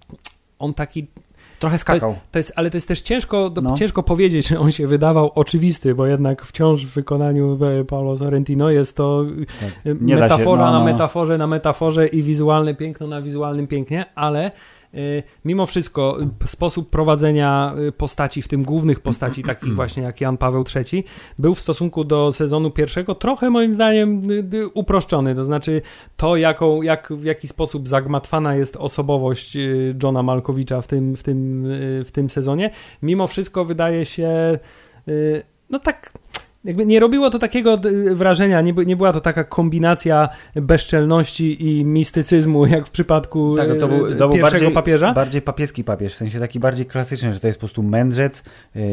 on taki... Trochę skakał. To jest, to jest, ale to jest też ciężko, no. ciężko powiedzieć, że on się wydawał oczywisty, bo jednak wciąż w wykonaniu Paulo Sorrentino jest to tak. metafora się, no, no. na metaforze na metaforze i wizualne piękno na wizualnym pięknie, ale y, mimo wszystko sposób prowadzenia postaci, w tym głównych postaci, takich właśnie jak Jan Paweł trzeci, był w stosunku do sezonu pierwszego trochę moim zdaniem y, y, uproszczony. To znaczy to, jaką, jak, w jaki sposób zagmatwana jest osobowość y, Johna Malkowicza w tym, w, tym, y, w tym sezonie, mimo wszystko wydaje się y, no tak... Jakby nie robiło to takiego wrażenia, nie, nie była to taka kombinacja bezczelności i mistycyzmu, jak w przypadku tak, to był, to pierwszego był bardziej, papieża. Bardziej papieski papież, w sensie taki bardziej klasyczny, że to jest po prostu mędrzec,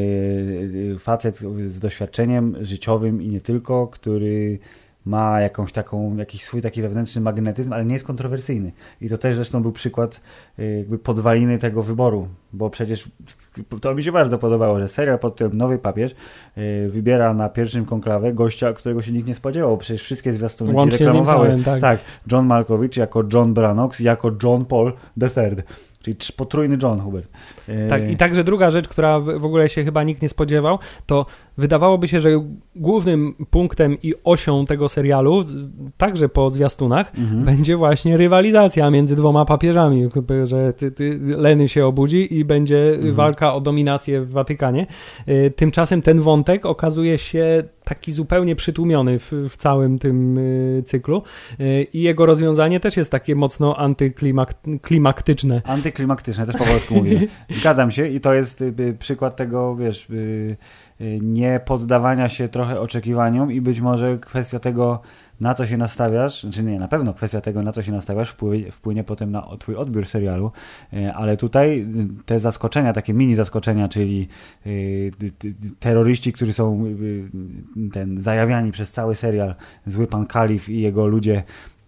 yy, facet z doświadczeniem życiowym i nie tylko, który ma jakąś taką, jakiś swój taki wewnętrzny magnetyzm, ale nie jest kontrowersyjny. I to też zresztą był przykład jakby podwaliny tego wyboru, bo przecież to mi się bardzo podobało, że serial pod tytułem Nowy Papież wybiera na pierwszym konklawę gościa, którego się nikt nie spodziewał. Przecież wszystkie zwiastuny ci reklamowały. Samym, tak. tak, John Malkovich jako John Brannox, jako John Paul the Third. Czyli potrójny John, Hubert. Tak, i także druga rzecz, która w ogóle się chyba nikt nie spodziewał, to wydawałoby się, że głównym punktem i osią tego serialu, także po zwiastunach, mhm. będzie właśnie rywalizacja między dwoma papieżami, że ty, ty, Leny się obudzi i będzie mhm. walka o dominację w Watykanie. Tymczasem ten wątek okazuje się taki zupełnie przytłumiony w, w całym tym y, cyklu y, i jego rozwiązanie też jest takie mocno antyklimaktyczne. Antyklimaktyczne, też po polsku mówię. Zgadzam się i to jest y, przykład tego, wiesz, y, y, nie poddawania się trochę oczekiwaniom i być może kwestia tego, na co się nastawiasz, czy nie, na pewno kwestia tego, na co się nastawiasz, wpłynie, wpłynie potem na twój odbiór serialu, ale tutaj te zaskoczenia, takie mini zaskoczenia, czyli terroryści, którzy są ten, zajawiani przez cały serial, zły pan Kalif i jego ludzie,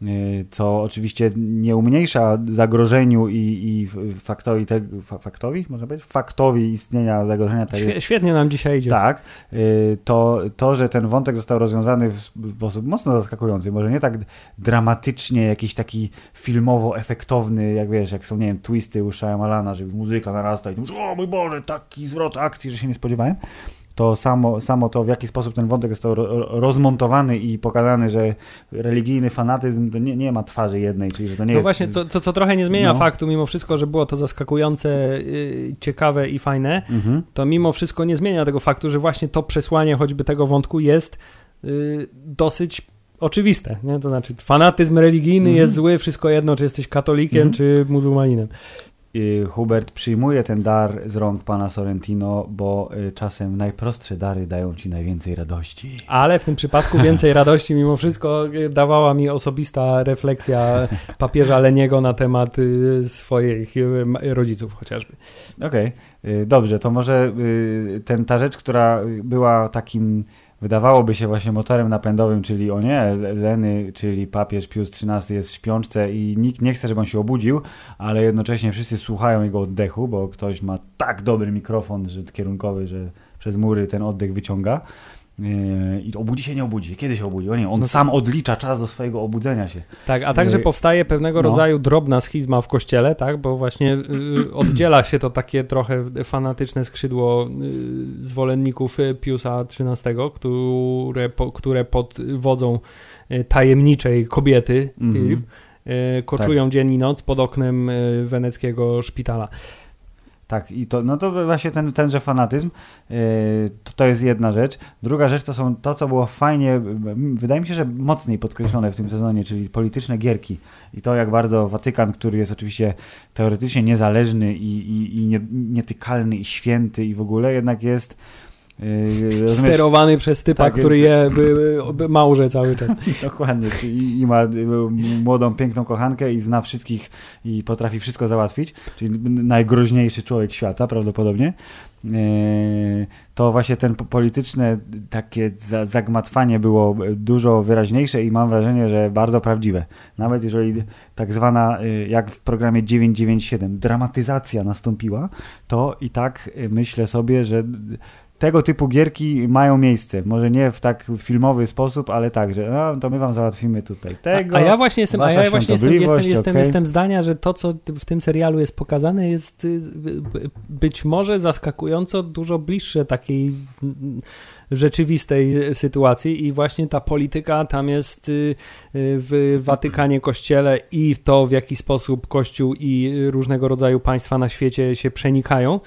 co oczywiście nie umniejsza zagrożeniu i, i faktowi, te, faktowi, można powiedzieć? Faktowi istnienia zagrożenia. Tak Świe, świetnie nam dzisiaj idzie. Tak. To, to, że ten wątek został rozwiązany w sposób mocno zaskakujący, może nie tak dramatycznie, jakiś taki filmowo efektowny, jak wiesz, jak są, nie wiem, twisty u Shyamalana, że muzyka narasta i tu, o mój Boże, taki zwrot akcji, że się nie spodziewałem. To samo, samo to, w jaki sposób ten wątek został rozmontowany i pokazany, że religijny fanatyzm to nie, nie ma twarzy jednej, czyli że to nie no jest... No właśnie, co, co, co trochę nie zmienia no. faktu, mimo wszystko, że było to zaskakujące, yy, ciekawe i fajne, mhm. to mimo wszystko nie zmienia tego faktu, że właśnie to przesłanie choćby tego wątku jest yy, dosyć oczywiste. Nie? To znaczy fanatyzm religijny mhm. jest zły, wszystko jedno, czy jesteś katolikiem, mhm. czy muzułmaninem. Hubert przyjmuje ten dar z rąk pana Sorrentino, bo czasem najprostsze dary dają ci najwięcej radości. Ale w tym przypadku więcej radości mimo wszystko dawała mi osobista refleksja papieża Leniego na temat swoich rodziców chociażby. Okej, okay. Dobrze, to może ten, ta rzecz, która była takim, wydawałoby się właśnie motorem napędowym, czyli o nie, Leny, czyli papież Pius trzynasty jest w śpiączce i nikt nie chce, żeby on się obudził, ale jednocześnie wszyscy słuchają jego oddechu, bo ktoś ma tak dobry mikrofon że kierunkowy, że przez mury ten oddech wyciąga. I obudzi się, nie obudzi. Kiedy się obudzi? O nie, on no sam odlicza czas do swojego obudzenia się. Tak, a także powstaje pewnego no. rodzaju drobna schizma w kościele, tak, bo właśnie y, oddziela się to takie trochę fanatyczne skrzydło y, zwolenników Piusa trzynastego, które, po, które pod wodzą y, tajemniczej kobiety mm-hmm. y, y, koczują tak. dzień i noc pod oknem y, weneckiego szpitala. Tak, i to, no to właśnie ten, tenże fanatyzm, yy, to, to jest jedna rzecz. Druga rzecz to są to, co było fajnie, wydaje mi się, że mocniej podkreślone w tym sezonie, czyli polityczne gierki. I to, jak bardzo Watykan, który jest oczywiście teoretycznie niezależny i, i, i nie, nietykalny i święty i w ogóle, jednak jest Rozumiesz? Sterowany przez typa, tak, który jest... je by, by małże cały czas. Dokładnie. I, I ma młodą, piękną kochankę i zna wszystkich i potrafi wszystko załatwić. Czyli najgroźniejszy człowiek świata prawdopodobnie. To właśnie ten polityczne takie zagmatwanie było dużo wyraźniejsze i mam wrażenie, że bardzo prawdziwe. Nawet jeżeli tak zwana, jak w programie dziewięćset dziewięćdziesiąt siedem, dramatyzacja nastąpiła, to i tak myślę sobie, że tego typu gierki mają miejsce. Może nie w tak filmowy sposób, ale tak, że no, to my wam załatwimy tutaj tego. A, a ja właśnie jestem, a ja właśnie jestem, jestem, jestem, okay. jestem zdania, że to, co w tym serialu jest pokazane, jest być może zaskakująco dużo bliższe takiej rzeczywistej sytuacji i właśnie ta polityka tam jest w Watykanie, Kościele i to, w jaki sposób Kościół i różnego rodzaju państwa na świecie się przenikają,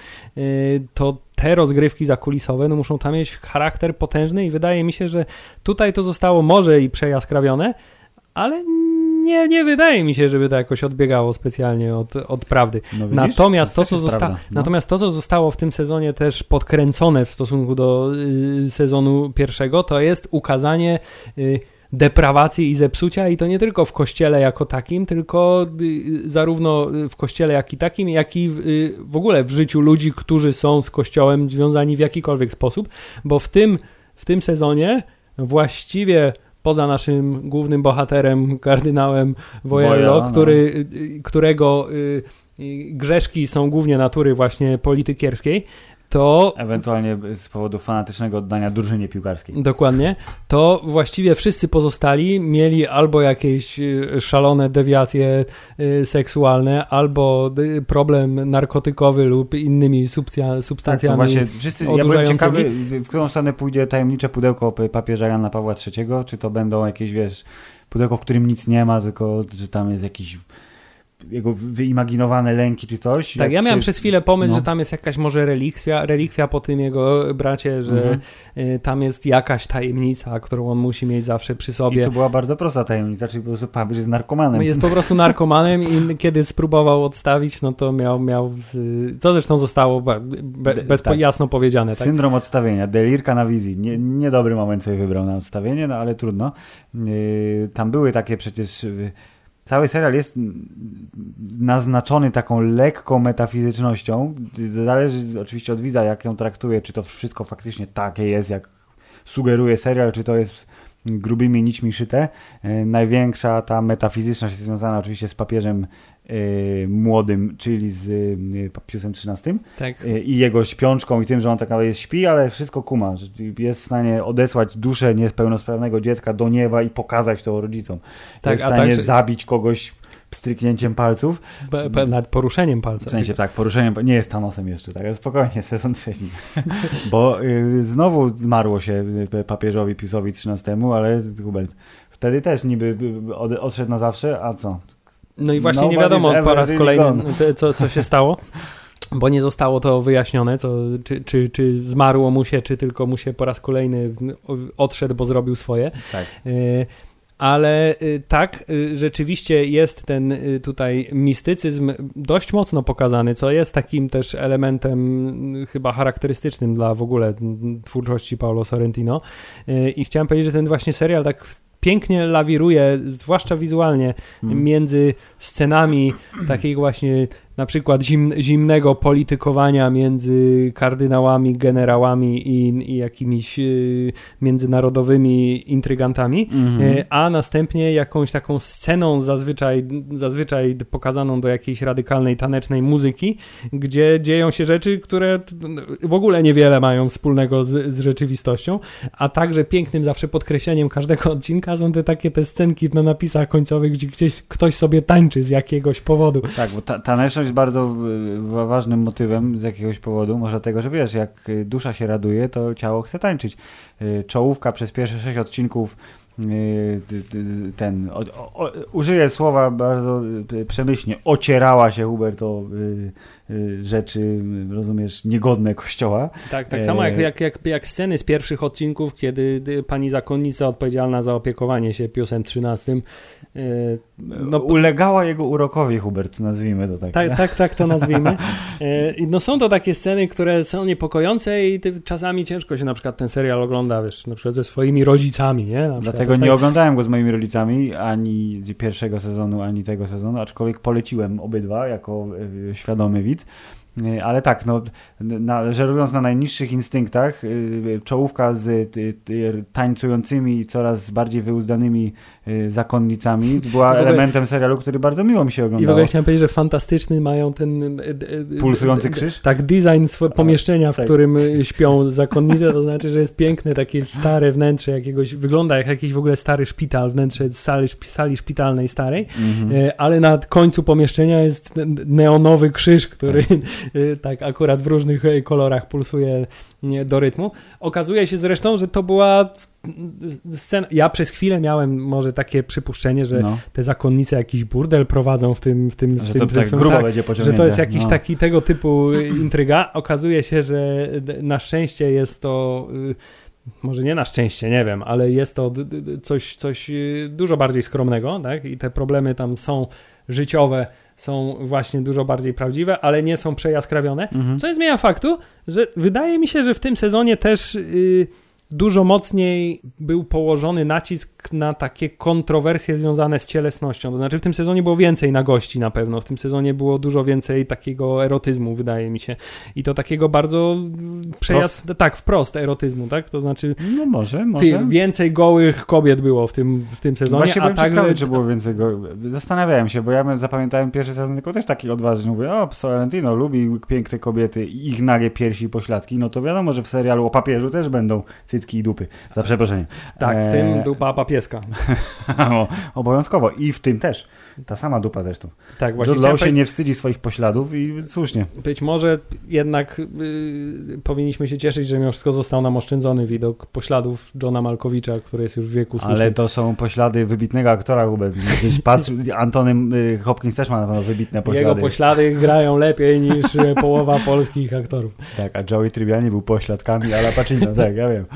to te rozgrywki zakulisowe no muszą tam mieć charakter potężny i wydaje mi się, że tutaj to zostało może i przejaskrawione, ale nie, nie wydaje mi się, żeby to jakoś odbiegało specjalnie od, od prawdy. No widzisz, natomiast, to, co zosta- no. natomiast to, co zostało w tym sezonie też podkręcone w stosunku do y, sezonu pierwszego, to jest ukazanie y, deprawacji i zepsucia i to nie tylko w kościele jako takim, tylko y, zarówno w kościele jak i takim, jak i w, y, w ogóle w życiu ludzi, którzy są z kościołem związani w jakikolwiek sposób, bo w tym, w tym sezonie właściwie poza naszym głównym bohaterem, kardynałem Voyello, no. który, którego y, y, grzeszki są głównie natury właśnie politykierskiej, to... Ewentualnie z powodu fanatycznego oddania drużynie piłkarskiej. Dokładnie. To właściwie wszyscy pozostali mieli albo jakieś szalone dewiacje seksualne, albo problem narkotykowy lub innymi substia- substancjami. Tak, to właśnie wszyscy, ja byłem ciekawy, w którą stronę pójdzie tajemnicze pudełko papieża Jana Pawła trzeciego, czy to będą jakieś, wiesz, pudełko, w którym nic nie ma, tylko że tam jest jakiś jego wyimaginowane lęki czy coś. Tak, ja miałem czy... przez chwilę pomysł, no. że tam jest jakaś może relikwia, relikwia po tym jego bracie, że mhm. y, tam jest jakaś tajemnica, którą on musi mieć zawsze przy sobie. I to była bardzo prosta tajemnica, czyli po prostu papież jest narkomanem. Jest po prostu narkomanem i kiedy spróbował odstawić, no to miał, miał z... to zresztą zostało be, be, bez tak. jasno powiedziane. Tak? Syndrom odstawienia, delirka na wizji. Nie, niedobry moment sobie wybrał na odstawienie, no ale trudno. Yy, tam były takie przecież... Yy, Cały serial jest naznaczony taką lekką metafizycznością. Zależy oczywiście od widza, jak ją traktuje, czy to wszystko faktycznie takie jest, jak sugeruje serial, czy to jest grubymi nićmi szyte. Największa ta metafizyczność jest związana oczywiście z papieżem y, młodym, czyli z y, Piusem trzynastym tak. y, i jego śpiączką i tym, że on tak naprawdę jest śpi, ale wszystko kuma, że jest w stanie odesłać duszę niepełnosprawnego dziecka do nieba i pokazać to rodzicom. Tak, jest w stanie tak, zabić kogoś pstryknięciem palców. Be, be, nad poruszeniem palca. W sensie tak, poruszeniem, nie jest Thanosem jeszcze, tak, ale spokojnie, sezon trzeci. Bo y, znowu zmarło się papieżowi Piusowi trzynastemu, ale Hubert, wtedy też niby od, odszedł na zawsze, a co? No i właśnie nie wiadomo po raz kolejny, co, co się stało. Bo nie zostało to wyjaśnione, co, czy, czy, czy zmarło mu się, czy tylko mu się po raz kolejny odszedł, bo zrobił swoje. Tak. Y, Ale tak, rzeczywiście jest ten tutaj mistycyzm dość mocno pokazany, co jest takim też elementem chyba charakterystycznym dla w ogóle twórczości Paolo Sorrentino. I chciałem powiedzieć, że ten właśnie serial tak pięknie lawiruje, zwłaszcza wizualnie, hmm. między scenami takiej właśnie na przykład zim, zimnego politykowania między kardynałami, generałami i, i jakimiś y, międzynarodowymi intrygantami, mm-hmm. y, a następnie jakąś taką sceną zazwyczaj, zazwyczaj pokazaną do jakiejś radykalnej tanecznej muzyki, gdzie dzieją się rzeczy, które w ogóle niewiele mają wspólnego z, z rzeczywistością, a także pięknym zawsze podkreśleniem każdego odcinka są te takie te scenki na napisach końcowych, gdzie gdzieś ktoś sobie tańczy z jakiegoś powodu. Tak, bo ta, taneczność jest bardzo ważnym motywem z jakiegoś powodu, może dlatego, że wiesz, jak dusza się raduje, to ciało chce tańczyć. Czołówka przez pierwsze sześć odcinków ten, o, o, użyję słowa bardzo przemyślnie, ocierała się Hubert o rzeczy, rozumiesz, niegodne Kościoła. Tak, tak samo jak, jak, jak, jak sceny z pierwszych odcinków, kiedy pani zakonnica odpowiedzialna za opiekowanie się Piusem trzynastym no, ulegała jego urokowi, Hubert, nazwijmy to tak. Tak, tak, tak to nazwijmy. No są to takie sceny, które są niepokojące i czasami ciężko się na przykład ten serial ogląda, wiesz, na przykład ze swoimi rodzicami, nie? Na Dlatego nie tak... oglądałem go z moimi rodzicami ani pierwszego sezonu, ani tego sezonu, aczkolwiek poleciłem obydwa jako y, świadomy widz. Ale tak, no, na, żerując na najniższych instynktach, y, czołówka z y, y, tańcującymi i coraz bardziej wyuzdanymi y, zakonnicami była ogóle, elementem serialu, który bardzo miło mi się oglądało. I w ogóle chciałem powiedzieć, że fantastyczny mają ten... Y, y, Pulsujący krzyż? Tak, design swo- pomieszczenia, w tak. którym śpią zakonnice, to znaczy, że jest piękne, takie stare wnętrze jakiegoś, wygląda jak jakiś w ogóle stary szpital, wnętrze sali, sali szpitalnej starej, mm-hmm. y, ale na końcu pomieszczenia jest neonowy krzyż, który... Tak. tak akurat w różnych kolorach pulsuje do rytmu. Okazuje się zresztą, że to była scena. Ja przez chwilę miałem może takie przypuszczenie, że no. te zakonnice jakiś burdel prowadzą w tym... W tym, że w tym, to w tak tym, grubo tak, będzie pociągnięte. Że to jest jakiś no. taki tego typu intryga. Okazuje się, że na szczęście jest to... Może nie na szczęście, nie wiem, ale jest to coś, coś dużo bardziej skromnego, tak? I te problemy tam są życiowe, są właśnie dużo bardziej prawdziwe, ale nie są przejaskrawione, mhm. co nie zmienia faktu, że wydaje mi się, że w tym sezonie też yy, dużo mocniej był położony nacisk na takie kontrowersje związane z cielesnością. To znaczy w tym sezonie było więcej nagości na pewno. W tym sezonie było dużo więcej takiego erotyzmu, wydaje mi się. I to takiego bardzo przejazd... Tak, wprost erotyzmu, tak? To znaczy... No może, może. Więcej gołych kobiet było w tym, w tym sezonie. Właśnie a byłem także... ciekawy, czy było więcej gołych. Zastanawiałem się, bo ja zapamiętałem pierwszy sezon tylko też taki odważny. Mówię, o, Sorrentino lubi piękne kobiety i ich nagie piersi i pośladki. No to wiadomo, że w serialu o papieżu też będą cycki i dupy. Za przeproszeniem. Tak, w tym dupa papieska. o, obowiązkowo. I w tym też. Ta sama dupa zresztą. Tak, właśnie. Jude Law się nie wstydzi swoich pośladów i słusznie. Być może jednak y, powinniśmy się cieszyć, że mimo wszystko został nam oszczędzony widok pośladów Johna Malkowicza, który jest już w wieku słusznym. Ale to są poślady wybitnego aktora, Hubert. Patrz, Antony y, Hopkins też ma na pewno wybitne poślady. Jego poślady grają lepiej niż połowa polskich aktorów. Tak, a Joey Tribbiani był pośladkami Al Pacino, tak, ja wiem.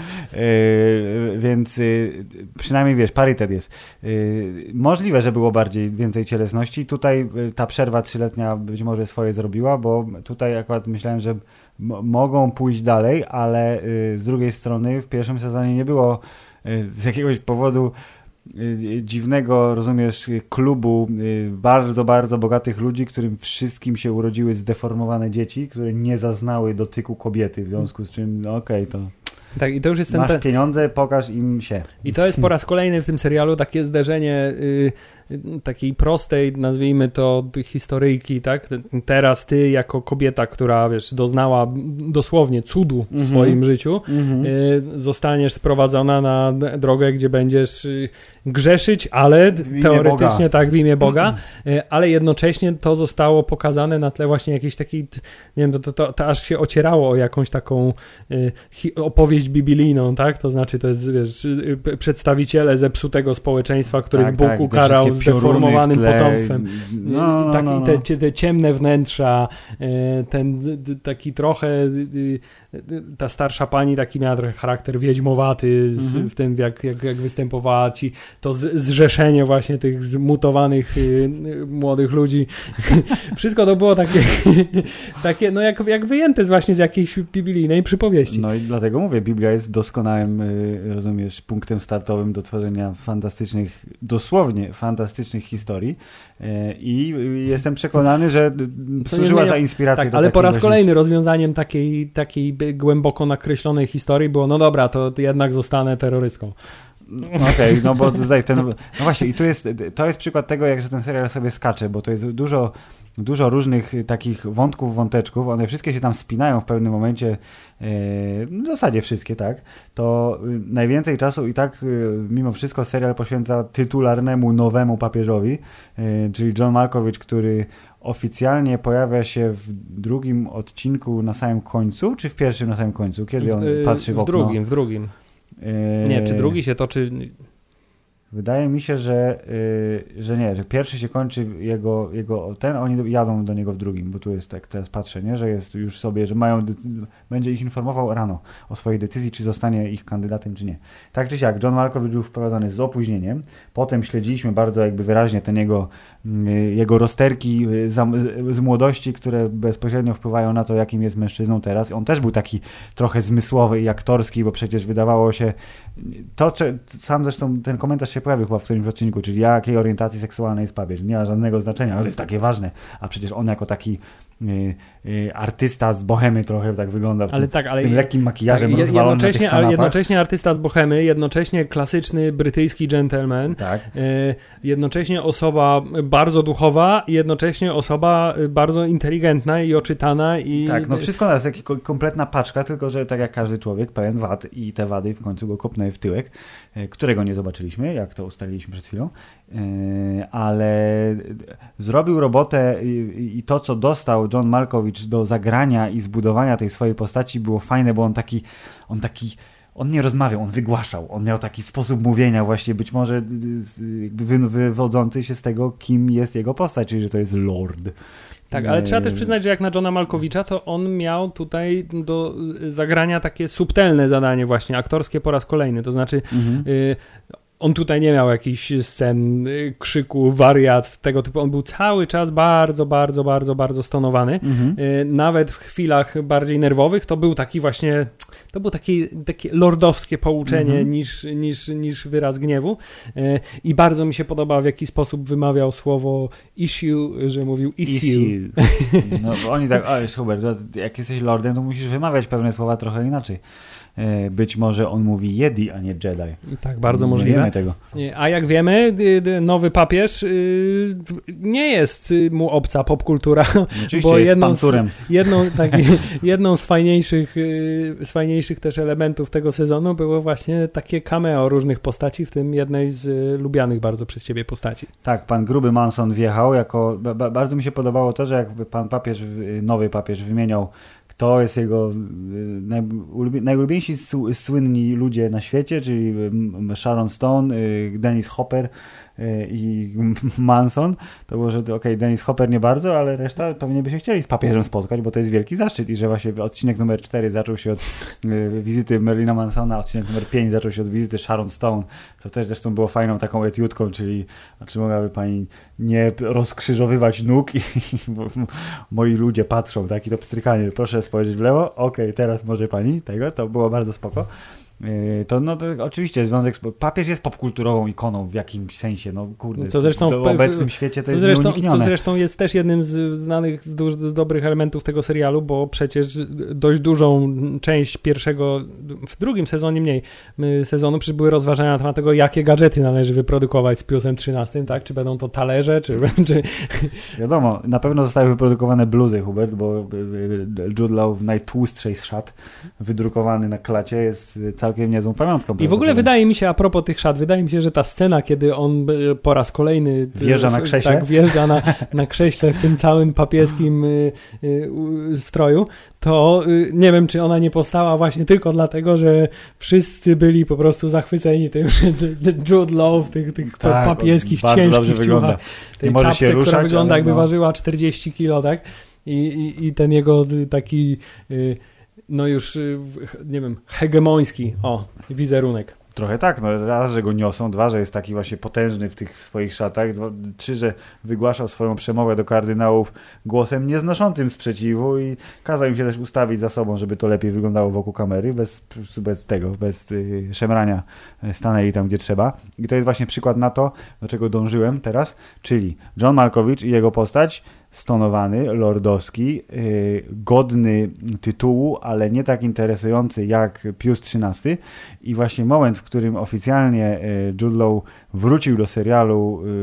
Y, więc y, przynajmniej wiesz, parytet jest. Y, możliwe, że było bardziej więcej cielesności. Tutaj ta przerwa trzyletnia być może swoje zrobiła, bo tutaj akurat myślałem, że m- mogą pójść dalej, ale y, z drugiej strony w pierwszym sezonie nie było y, z jakiegoś powodu y, dziwnego, rozumiesz, klubu y, bardzo, bardzo bogatych ludzi, którym wszystkim się urodziły zdeformowane dzieci, które nie zaznały dotyku kobiety, w związku z czym, no okej, okay, to... Tak, i to już jest ten Masz te... pieniądze, pokaż im się. I to jest po raz kolejny w tym serialu takie zderzenie y, y, takiej prostej, nazwijmy to, historyjki, tak? Teraz ty jako kobieta, która, wiesz, doznała dosłownie cudu w mm-hmm. swoim życiu, mm-hmm. y, zostaniesz sprowadzona na drogę, gdzie będziesz y, grzeszyć, ale teoretycznie Boga. tak, w imię Boga, mm-hmm. y, ale jednocześnie to zostało pokazane na tle właśnie jakiejś takiej, nie wiem, to, to, to, to aż się ocierało o jakąś taką y, hi, opowieść biblijną, tak? To znaczy to jest, wiesz, przedstawiciele zepsutego społeczeństwa, których tak, Bóg tak, ukarał zdeformowanym potomstwem. No, no, tak, no, no. I te, te ciemne wnętrza, ten taki trochę ta starsza pani taki miała trochę charakter wiedźmowaty z, mhm. w tym, jak, jak, jak występowała ci, to z, zrzeszenie właśnie tych zmutowanych y, młodych ludzi. Wszystko to było takie, takie no jak, jak wyjęte z właśnie z jakiejś biblijnej przypowieści. No i dlatego mówię, Biblia jest doskonałym, y, rozumiesz, punktem startowym do tworzenia fantastycznych, dosłownie fantastycznych historii y, i jestem przekonany, że służyła za inspirację tak, do ale po raz właśnie... kolejny rozwiązaniem takiej, takiej głęboko nakreślonej historii było, no dobra, to jednak zostanę terrorystką. Okej, okay, no bo tutaj ten... No właśnie, i tu jest, to jest przykład tego, jak że ten serial sobie skacze, bo to jest dużo, dużo różnych takich wątków, wąteczków, one wszystkie się tam spinają w pewnym momencie, yy, w zasadzie wszystkie, tak, to najwięcej czasu i tak yy, mimo wszystko serial poświęca tytularnemu nowemu papieżowi, yy, czyli John Malkovich, który oficjalnie pojawia się w drugim odcinku na samym końcu, czy w pierwszym na samym końcu? Kiedy on patrzy w, w okno? W drugim, w drugim. Yy... Nie, czy drugi się toczy... Wydaje mi się, że, yy, że nie, że pierwszy się kończy jego, jego ten, a oni jadą do niego w drugim, bo tu jest, tak teraz patrzę, nie, że jest już sobie, że mają, będzie ich informował rano o swojej decyzji, czy zostanie ich kandydatem, czy nie. Tak czy siak, John Malkovich był wprowadzany z opóźnieniem, potem śledziliśmy bardzo jakby wyraźnie ten jego, yy, jego rozterki yy, z, z młodości, które bezpośrednio wpływają na to, jakim jest mężczyzną teraz. On też był taki trochę zmysłowy i aktorski, bo przecież wydawało się, to, czy, sam zresztą ten komentarz się pojawił chyba w którymś odcinku, czyli jakiej orientacji seksualnej jest papież. Nie ma żadnego znaczenia, ale jest takie ważne. A przecież on jako taki y, y, artysta z Bohemy trochę tak wygląda, w ale tym, tak, ale z tym lekkim makijażem tak, jednocześnie, ale jednocześnie artysta z Bohemy, jednocześnie klasyczny brytyjski gentleman, tak. y, jednocześnie osoba bardzo duchowa i jednocześnie osoba bardzo inteligentna i oczytana. I... Tak, no wszystko jest jak kompletna paczka, tylko że tak jak każdy człowiek, pełen wad i te wady w końcu go kopnęły w tyłek, którego nie zobaczyliśmy, jak to ustaliliśmy przed chwilą, ale zrobił robotę i to, co dostał John Malkovich do zagrania i zbudowania tej swojej postaci było fajne, bo on taki, on taki on nie rozmawiał, on wygłaszał, on miał taki sposób mówienia właśnie być może jakby wywodzący się z tego, kim jest jego postać, czyli że to jest lord. Tak, ale trzeba też przyznać, że jak na Johna Malkovicha, to on miał tutaj do zagrania takie subtelne zadanie właśnie, aktorskie po raz kolejny, to znaczy mhm. y, on tutaj nie miał jakichś scen y, krzyku, wariat, tego typu, on był cały czas bardzo, bardzo, bardzo, bardzo stonowany, mhm. y, nawet w chwilach bardziej nerwowych, to był taki właśnie, to było takie, takie lordowskie pouczenie mhm. niż, niż, niż wyraz gniewu y, i bardzo mi się podoba, w jaki sposób wymawiał słowo issue, że mówił issue. issue. No bo oni tak, o Hubert, jak jesteś lordem, to musisz wymawiać pewne słowa trochę inaczej. Być może on mówi Jedi, a nie Jedi. Tak, bardzo możliwe. Nie wiemy tego. A jak wiemy, nowy papież nie jest mu obca popkultura. Oczywiście bo jest jedną panturem. Z, jedną, tak, jedną z fajniejszych, z fajniejszych też elementów tego sezonu było właśnie takie cameo różnych postaci, w tym jednej z lubianych bardzo przez ciebie postaci. Tak, pan Gruby Manson wjechał jako... Bardzo mi się podobało to, że jakby pan papież, nowy papież wymieniał, to jest jego najulubieńsi słynni ludzie na świecie, czyli Sharon Stone, Dennis Hopper i Manson. To było, że okej, okay, Dennis Hopper nie bardzo, ale reszta pewnie by się chcieli z papieżem spotkać, bo to jest wielki zaszczyt i że właśnie odcinek numer cztery zaczął się od wizyty Marilina Mansona, odcinek numer pięć zaczął się od wizyty Sharon Stone, co też zresztą było fajną taką etiutką, czyli czy mogłaby pani nie rozkrzyżowywać nóg i, i moi ludzie patrzą, tak, i to pstrykanie, proszę spojrzeć w lewo, okej, okay, teraz może pani tego, to było bardzo spoko. To, no, to oczywiście związek, papież jest popkulturową ikoną w jakimś sensie, no kurde, co zresztą w, w obecnym świecie to jest zresztą, nieuniknione. Co zresztą jest też jednym z znanych, z, du- z dobrych elementów tego serialu, bo przecież dość dużą część pierwszego, w drugim sezonie mniej sezonu przecież były rozważania na temat tego, jakie gadżety należy wyprodukować z Piusem trzynastym, tak? Czy będą to talerze, czy... czy... Wiadomo, na pewno zostały wyprodukowane bluzy, Hubert, bo Jude Law w najtłustszej z szat wydrukowany na klacie jest całkiem niezłą pamiątką. I w ogóle wydaje mi się, a propos tych szat, wydaje mi się, że ta scena, kiedy on po raz kolejny wjeżdża na krześle, tak, wjeżdża na, na krześle w tym całym papieskim y, y, y, stroju, to y, nie wiem, czy ona nie powstała właśnie tylko dlatego, że wszyscy byli po prostu zachwyceni tym, że Jude Law w tych, tych tak, papieskich, ciężkich ciuchach, tej nie czapce, ruszać, która wygląda jakby no. ważyła czterdzieści kilo, tak? I, i, i ten jego taki... Y, no już, nie wiem, hegemoński, o, wizerunek. Trochę tak, no raz, że go niosą, dwa, że jest taki właśnie potężny w tych swoich szatach, dwa, trzy, że wygłaszał swoją przemowę do kardynałów głosem nieznoszącym sprzeciwu i kazał im się też ustawić za sobą, żeby to lepiej wyglądało wokół kamery, bez, bez tego, bez y, szemrania, stanęli tam, gdzie trzeba. I to jest właśnie przykład na to, do czego dążyłem teraz, czyli John Malkovich i jego postać, stonowany, lordowski, yy, godny tytułu, ale nie tak interesujący jak Pius trzynasty i właśnie moment, w którym oficjalnie yy, Jude Law wrócił do serialu yy,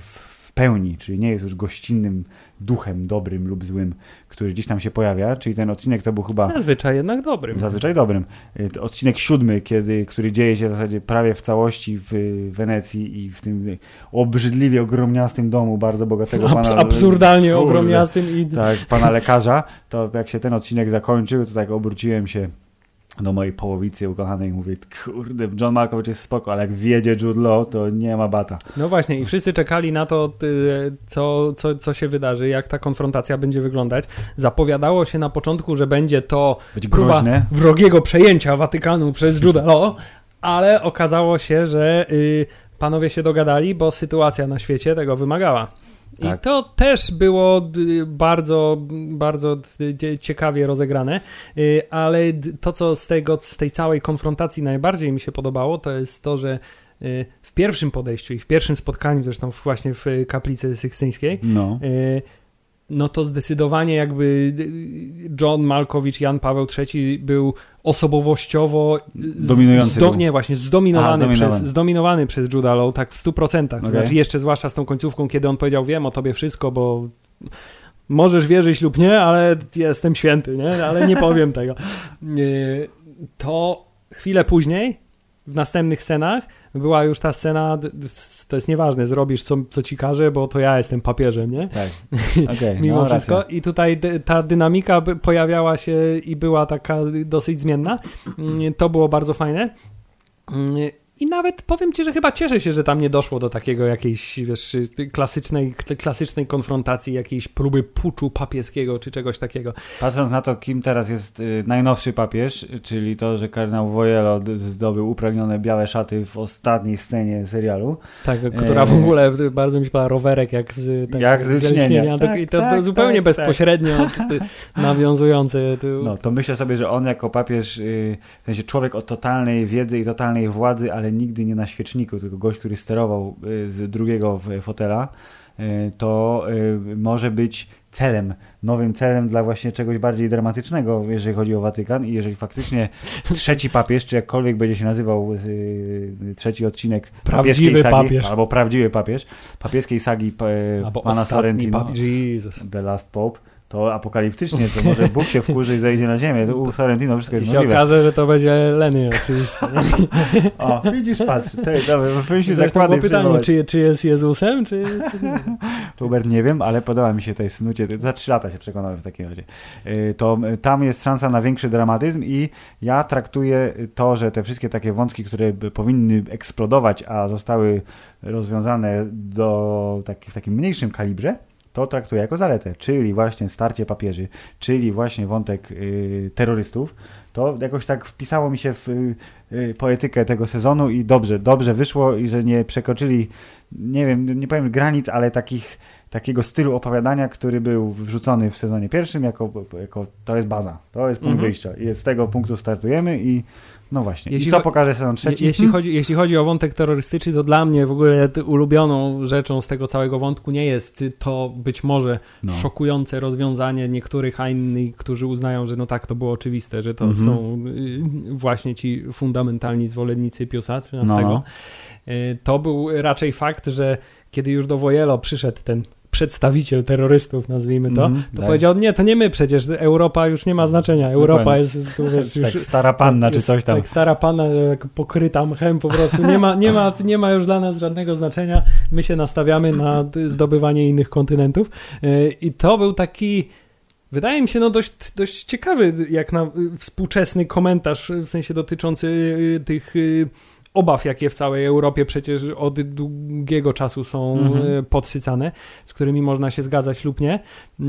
w pełni, czyli nie jest już gościnnym duchem dobrym lub złym, który gdzieś tam się pojawia, czyli ten odcinek to był chyba... Zazwyczaj jednak dobrym. Zazwyczaj dobrym. To odcinek siódmy, kiedy, który dzieje się w zasadzie prawie w całości w Wenecji i w tym obrzydliwie ogromniastym domu bardzo bogatego Abs- pana... Absurdalnie kurde, ogromniastym. I... Tak, pana lekarza. To jak się ten odcinek zakończył, to tak obróciłem się do mojej połowicy ukochanej mówię, kurde, John Malkovich jest spoko, ale jak wjedzie Jude Law, to nie ma bata. No właśnie i wszyscy czekali na to, co, co, co się wydarzy, jak ta konfrontacja będzie wyglądać. Zapowiadało się na początku, że będzie to będzie próba groźne. wrogiego przejęcia Watykanu przez Jude Law, ale okazało się, że y, panowie się dogadali, bo sytuacja na świecie tego wymagała. Tak. I to też było bardzo, bardzo ciekawie rozegrane, ale to, co z tego, z tej całej konfrontacji najbardziej mi się podobało, to jest to, że w pierwszym podejściu i w pierwszym spotkaniu, zresztą właśnie w kaplicy sykstyńskiej, no. no to zdecydowanie jakby John Malkovich, Jan Paweł trzeci był osobowościowo dominujący. Zdo, nie, właśnie zdominowany, A, zdominowany. Przez, zdominowany przez Jude'a Law, tak w stu procentach. Okay. Znaczy jeszcze zwłaszcza z tą końcówką, kiedy on powiedział, wiem o tobie wszystko, bo możesz wierzyć lub nie, ale jestem święty, nie? Ale nie powiem tego. To chwilę później, w następnych scenach, była już ta scena, to jest nieważne, zrobisz co, co ci każe, bo to ja jestem papieżem, nie? Tak. Okay, mimo no, wszystko. Racja. I tutaj d- ta dynamika pojawiała się i była taka dosyć zmienna. To było bardzo fajne. I nawet powiem ci, że chyba cieszę się, że tam nie doszło do takiego jakiejś, wiesz, klasycznej, klasycznej konfrontacji, jakiejś próby puczu papieskiego, czy czegoś takiego. Patrząc na to, kim teraz jest y, najnowszy papież, czyli to, że kardynał Wojelo zdobył upragnione białe szaty w ostatniej scenie serialu. Tak, która e... w ogóle bardzo mi się podoba, rowerek jak z, tak, jak z lśnienia. Tak, I to, tak, to zupełnie tak, bezpośrednio tak. nawiązujące. To... No, to myślę sobie, że on jako papież, y, w sensie człowiek o totalnej wiedzy i totalnej władzy, ale nigdy nie na świeczniku, tylko gość, który sterował z drugiego fotela, to może być celem, nowym celem dla właśnie czegoś bardziej dramatycznego, jeżeli chodzi o Watykan i jeżeli faktycznie trzeci papież, czy jakkolwiek będzie się nazywał trzeci odcinek prawdziwy sagi, papież, albo prawdziwy papież, papieskiej sagi albo pana Sorrentino, pap- Jesus. The Last Pope, to apokaliptycznie, to może Bóg się wkurzy i zejdzie na ziemię. To u Sorrentino wszystko jest I się możliwe. okaże, że to będzie Lenny oczywiście. O, widzisz, patrz. To jest dobre, powinniśmy zakłady pytanie, czy, czy jest Jezusem, czy... Hubert, nie wiem, ale podoba mi się to jest snucie. Za trzy lata się przekonałem w takim razie. To tam jest szansa na większy dramatyzm i ja traktuję to, że te wszystkie takie wątki, które powinny eksplodować, a zostały rozwiązane do taki, w takim mniejszym kalibrze, to traktuję jako zaletę, czyli właśnie starcie papieży, czyli właśnie wątek y, terrorystów, to jakoś tak wpisało mi się w y, y, poetykę tego sezonu i dobrze, dobrze wyszło i że nie przekroczyli, nie wiem, nie powiem granic, ale takich, takiego stylu opowiadania, który był wrzucony w sezonie pierwszym, jako, jako to jest baza, to jest punkt mhm. wyjścia i z tego punktu startujemy i no właśnie. Jeśli I co pokaże sezon trzeci? Je, jeśli, chodzi, jeśli chodzi o wątek terrorystyczny, to dla mnie w ogóle ulubioną rzeczą z tego całego wątku nie jest to być może no. szokujące rozwiązanie niektórych, a innych, którzy uznają, że no tak, to było oczywiste, że to mhm. są właśnie ci fundamentalni zwolennicy Piusa trzynastego. No. To był raczej fakt, że kiedy już do Wojelo przyszedł ten przedstawiciel terrorystów, nazwijmy to, mm, to tak. powiedział, nie, to nie my przecież, Europa już nie ma znaczenia, Europa Dokładnie. jest... To jest już, tak, stara panna, czy coś tam. Tak, stara panna, jak pokryta mchem po prostu, nie ma, nie, ma, nie ma już dla nas żadnego znaczenia, my się nastawiamy na zdobywanie innych kontynentów i to był taki, wydaje mi się, no dość, dość ciekawy, jak na współczesny komentarz, w sensie dotyczący tych obaw, jakie w całej Europie przecież od długiego czasu są mm-hmm. podsycane, z którymi można się zgadzać lub nie.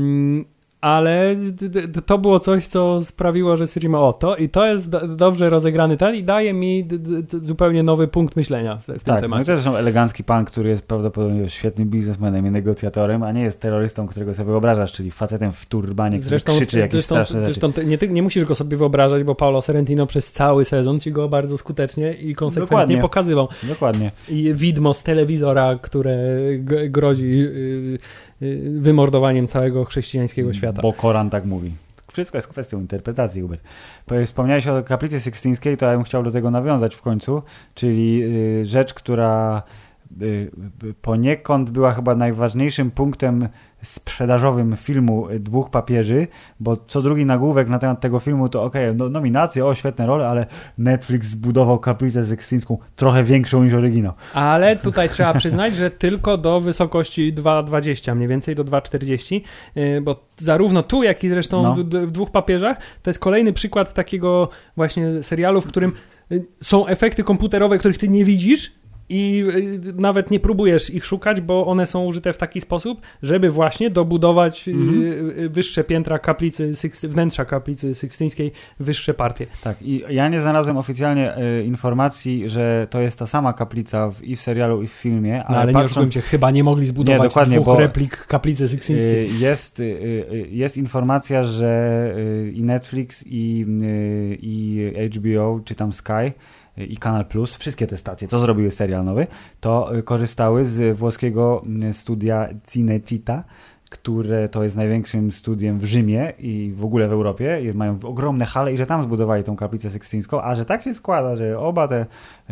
Ale to było coś, co sprawiło, że stwierdzimy, o to i to jest do, dobrze rozegrany ten i daje mi d, d, zupełnie nowy punkt myślenia w, w tym tak, temacie. Tak, no też są elegancki pan, który jest prawdopodobnie świetnym biznesmenem i negocjatorem, a nie jest terrorystą, którego sobie wyobrażasz, czyli facetem w turbanie, który zresztą, krzyczy jakieś zresztą, straszne rzeczy. Zresztą nie, ty, nie musisz go sobie wyobrażać, bo Paolo Sorrentino przez cały sezon ci go bardzo skutecznie i konsekwentnie Dokładnie. pokazywał. Dokładnie. I widmo z telewizora, które g- grozi... Yy, wymordowaniem całego chrześcijańskiego świata. Bo Koran tak mówi. Wszystko jest kwestią interpretacji, Hubert. Wspomniałeś o kaplicy sykstyńskiej, to ja bym chciał do tego nawiązać w końcu, czyli rzecz, która poniekąd była chyba najważniejszym punktem sprzedażowym filmu Dwóch papieży, bo co drugi nagłówek na temat tego filmu to okej, okay, no, nominacje, o świetne role, ale Netflix zbudował kaplicę sykstyńską trochę większą niż oryginał. Ale tutaj trzeba przyznać, że tylko do wysokości dwa dwadzieścia, mniej więcej do dwa czterdzieści, bo zarówno tu, jak i zresztą no. w, w Dwóch papieżach, to jest kolejny przykład takiego właśnie serialu, w którym są efekty komputerowe, których ty nie widzisz, i nawet nie próbujesz ich szukać, bo one są użyte w taki sposób, żeby właśnie dobudować mm-hmm. wyższe piętra kaplicy, wnętrza kaplicy sykstyńskiej, wyższe partie. Tak, i ja nie znalazłem oficjalnie y, informacji, że to jest ta sama kaplica w, i w serialu, i w filmie. Ale, no, ale patrząc... nie oszukujmy się, chyba nie mogli zbudować nie, dokładnie, dwóch bo, replik kaplicy sykstyńskiej. Y, jest, y, jest informacja, że y, i Netflix, i, y, i H B O, czy tam Sky, i Kanal Plus, wszystkie te stacje, to zrobiły serial nowy, to korzystały z włoskiego studia Cinecittà, które to jest największym studiem w Rzymie i w ogóle w Europie. I mają ogromne hale i że tam zbudowali tą kaplicę sykstyńską, a że tak się składa, że oba te,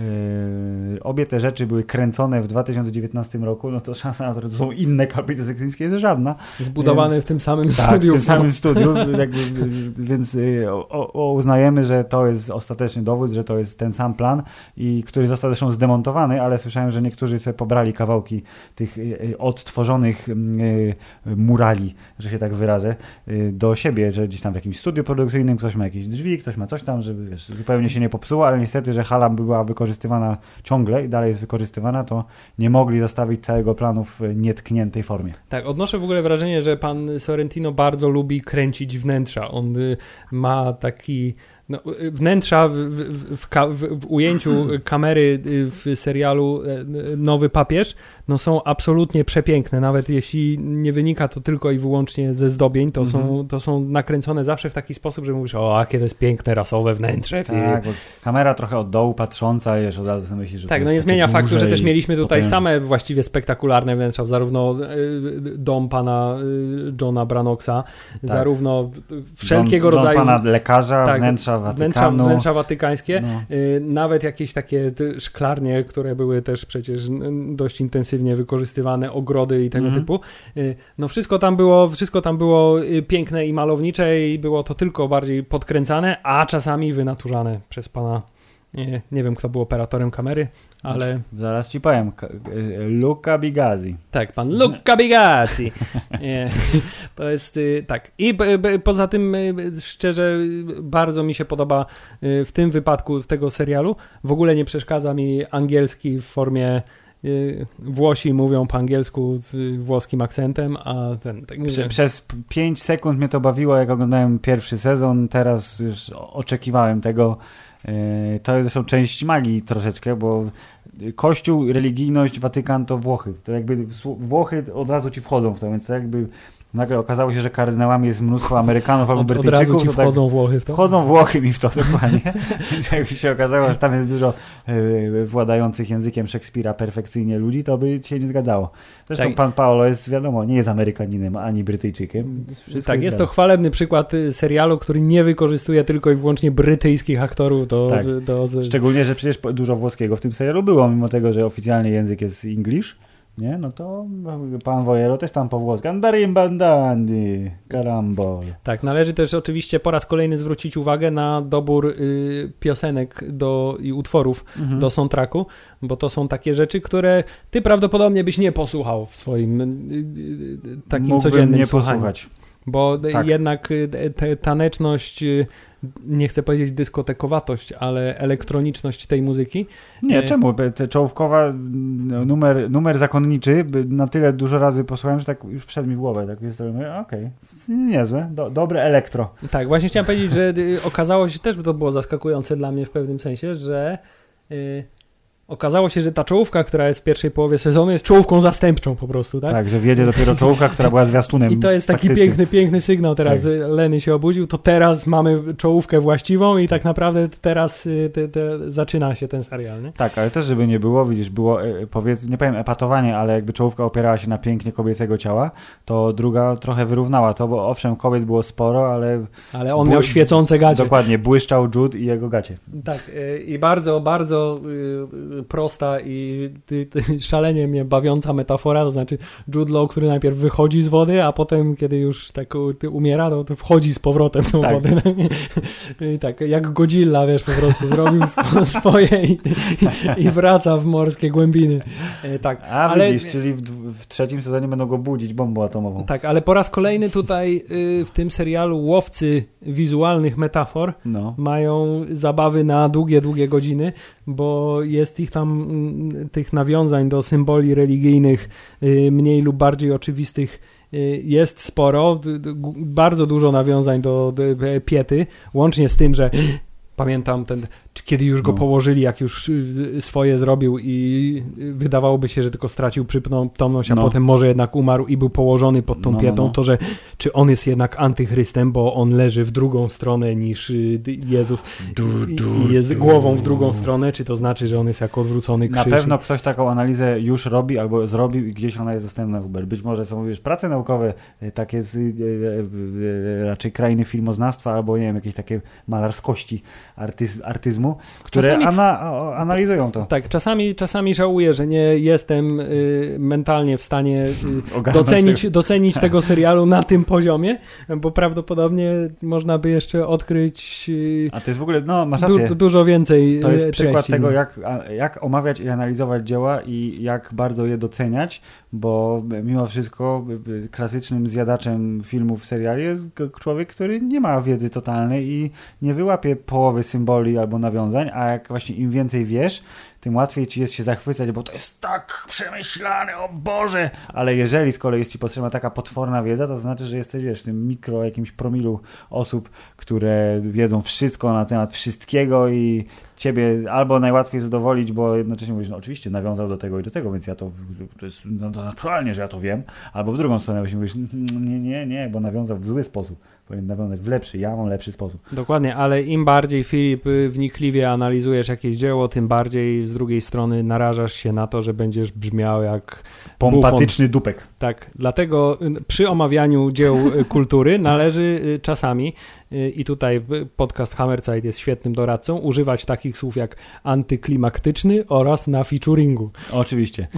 yy, obie te rzeczy były kręcone w dwa tysiące dziewiętnastym roku, no to szansa na to, że to są inne kaplice sykstyńskie jest żadna. Zbudowane więc, w tym samym tak, studiu. w tym samym studiu, jakby, więc yy, o, o, uznajemy, że to jest ostateczny dowód, że to jest ten sam plan, i który został zresztą zdemontowany, ale słyszałem, że niektórzy sobie pobrali kawałki tych yy, odtworzonych yy, murali, że się tak wyrażę, do siebie, że gdzieś tam w jakimś studiu produkcyjnym ktoś ma jakieś drzwi, ktoś ma coś tam, żeby wiesz, zupełnie się nie popsuło, ale niestety, że hala była wykorzystywana ciągle i dalej jest wykorzystywana, to nie mogli zostawić całego planu w nietkniętej formie. Tak, odnoszę w ogóle wrażenie, że pan Sorrentino bardzo lubi kręcić wnętrza. On y, ma taki No, wnętrza w, w, w, w, w ujęciu kamery w serialu Nowy Papież no są absolutnie przepiękne, nawet jeśli nie wynika to tylko i wyłącznie ze zdobień, to, mm-hmm. są, to są nakręcone zawsze w taki sposób, że mówisz, o, jakie to jest piękne, rasowe wnętrze. Tak, bo kamera trochę od dołu patrząca, wiesz, od razu myślisz, że tak, to no jest nie zmienia faktu, że też mieliśmy tutaj potem... same właściwie spektakularne wnętrza, zarówno dom pana Johna Branoxa, tak. zarówno wszelkiego dom, rodzaju... Dom pana lekarza, tak, wnętrza Watykanu. Wnętrza, wnętrza watykańskie, no. nawet jakieś takie szklarnie, które były też przecież dość intensywnie wykorzystywane, ogrody i tego mm. typu. No wszystko tam było, wszystko tam było piękne i malownicze i było to tylko bardziej podkręcane, a czasami wynaturzane przez pana, nie, nie wiem kto był operatorem kamery, ale... Zaraz ci powiem, Luca Bigazzi. Tak, pan Luca Bigazzi. To jest tak. I b, b, poza tym szczerze bardzo mi się podoba w tym wypadku tego serialu. W ogóle nie przeszkadza mi angielski w formie Włosi mówią po angielsku z włoskim akcentem, a ten... Tak, Prze, przez pięć sekund mnie to bawiło, jak oglądałem pierwszy sezon, teraz już oczekiwałem tego. To jest zresztą część magii troszeczkę, bo Kościół, religijność, Watykan to Włochy. To jakby Włochy od razu ci wchodzą w to, więc to jakby nagle okazało się, że kardynałami jest mnóstwo Amerykanów albo od, Brytyjczyków. Od razu ci wchodzą tak, Włochy w to? Wchodzą Włochy mi w to dokładnie. Więc jakby się okazało, że tam jest dużo y, władających językiem Szekspira perfekcyjnie ludzi, to by się nie zgadzało. Zresztą tak. Pan Paolo jest, wiadomo, nie jest Amerykaninem ani Brytyjczykiem. Tak, jest, jest to chwalebny przykład serialu, który nie wykorzystuje tylko i wyłącznie brytyjskich aktorów. Do, tak. do, do... Szczególnie, że przecież dużo włoskiego w tym serialu było, mimo tego, że oficjalny język jest English. Nie, no to pan Wojero też tam po włosku. Andarim bandandi, karambol. Tak, należy też oczywiście po raz kolejny zwrócić uwagę na dobór y, piosenek do, i utworów mhm. do soundtracku, bo to są takie rzeczy, które ty prawdopodobnie byś nie posłuchał w swoim y, y, takim Mógłbym codziennym nie słuchaniu. posłuchać. Bo tak. jednak te, taneczność, nie chcę powiedzieć dyskotekowatość, ale elektroniczność tej muzyki. Nie, czemu? Te czołówkowa numer, numer zakonniczy na tyle dużo razy posłuchałem, że tak już wszedł mi w głowę. Tak jest, okej, okay. Niezłe, do, dobre elektro. Tak, właśnie chciałem powiedzieć, że okazało się też, to było zaskakujące dla mnie w pewnym sensie, że yy, okazało się, że ta czołówka, która jest w pierwszej połowie sezonu, jest czołówką zastępczą po prostu, tak? Tak, że wjedzie dopiero czołówka, która była zwiastunem. I to jest taki faktycznie. piękny, piękny sygnał teraz. Tak. Leny się obudził, to teraz mamy czołówkę właściwą i tak naprawdę teraz te, te, zaczyna się ten serial, nie? Tak, ale też żeby nie było, widzisz, było, powiedz, nie powiem epatowanie, ale jakby czołówka opierała się na pięknie kobiecego ciała, to druga trochę wyrównała to, bo owszem, kobiet było sporo, ale... Ale on bły... miał świecące gacie. Dokładnie, błyszczał Jude i jego gacie. Tak, i bardzo, bardzo prosta i ty, ty, szalenie mnie bawiąca metafora, to znaczy Jude Law, który najpierw wychodzi z wody, a potem, kiedy już tak umiera, to, to wchodzi z powrotem w tą tak. wodę. I tak, jak Godzilla, wiesz, po prostu zrobił swoje i, i, i wraca w morskie głębiny. Tak, a ale... widzisz, czyli w, w trzecim sezonie będą go budzić bombą atomową. Tak, ale po raz kolejny tutaj y, w tym serialu łowcy wizualnych metafor no. mają zabawy na długie, długie godziny, bo jest ich tam, y, tych nawiązań do symboli religijnych y, mniej lub bardziej oczywistych y, jest sporo. Y, y, bardzo dużo nawiązań do, do y, Piety, łącznie z tym, że pamiętam ten, kiedy już go no. położyli, jak już swoje zrobił i wydawałoby się, że tylko stracił przytomność, a no. potem może jednak umarł i był położony pod tą no, pietą, no, no. to że czy on jest jednak antychrystem, bo on leży w drugą stronę niż Jezus du, du, i jest du. głową w drugą stronę, czy to znaczy, że on jest jako odwrócony krzyż? Na pewno ktoś taką analizę już robi albo zrobił i gdzieś ona jest dostępna w Uber. Być może są już prace naukowe takie z raczej krainy filmoznawstwa albo nie wiem, jakieś takie malarskości artyz, artyzmu, które czasami, ana, analizują to. Tak, czasami, czasami żałuję, że nie jestem y, mentalnie w stanie y, docenić, docenić tego serialu na tym poziomie, bo prawdopodobnie można by jeszcze odkryć y, a to jest w ogóle, no masz rację. Du, dużo więcej to jest treści. Przykład tego, jak, jak omawiać i analizować dzieła i jak bardzo je doceniać, bo mimo wszystko klasycznym zjadaczem filmów, seriali jest człowiek, który nie ma wiedzy totalnej i nie wyłapie połowy symboli albo nawiązań, a jak właśnie im więcej wiesz, tym łatwiej ci jest się zachwycać, bo to jest tak przemyślane, o Boże! Ale jeżeli z kolei jest ci potrzebna taka potworna wiedza, to znaczy, że jesteś, wiesz, w tym mikro jakimś promilu osób, które wiedzą wszystko na temat wszystkiego i ciebie albo najłatwiej zadowolić, bo jednocześnie mówisz, no oczywiście nawiązał do tego i do tego, więc ja to, to jest no, to naturalnie, że ja to wiem, albo w drugą stronę właśnie mówisz, nie, nie, nie, bo nawiązał w zły sposób. Powinien nawiązać w lepszy, ja mam lepszy sposób. Dokładnie, ale im bardziej, Filip, wnikliwie analizujesz jakieś dzieło, tym bardziej z drugiej strony narażasz się na to, że będziesz brzmiał jak pompatyczny bufon. dupek. Tak, dlatego przy omawianiu dzieł kultury należy czasami, i tutaj podcast Hammerzeit jest świetnym doradcą, używać takich słów jak antyklimaktyczny oraz na featuringu. Oczywiście.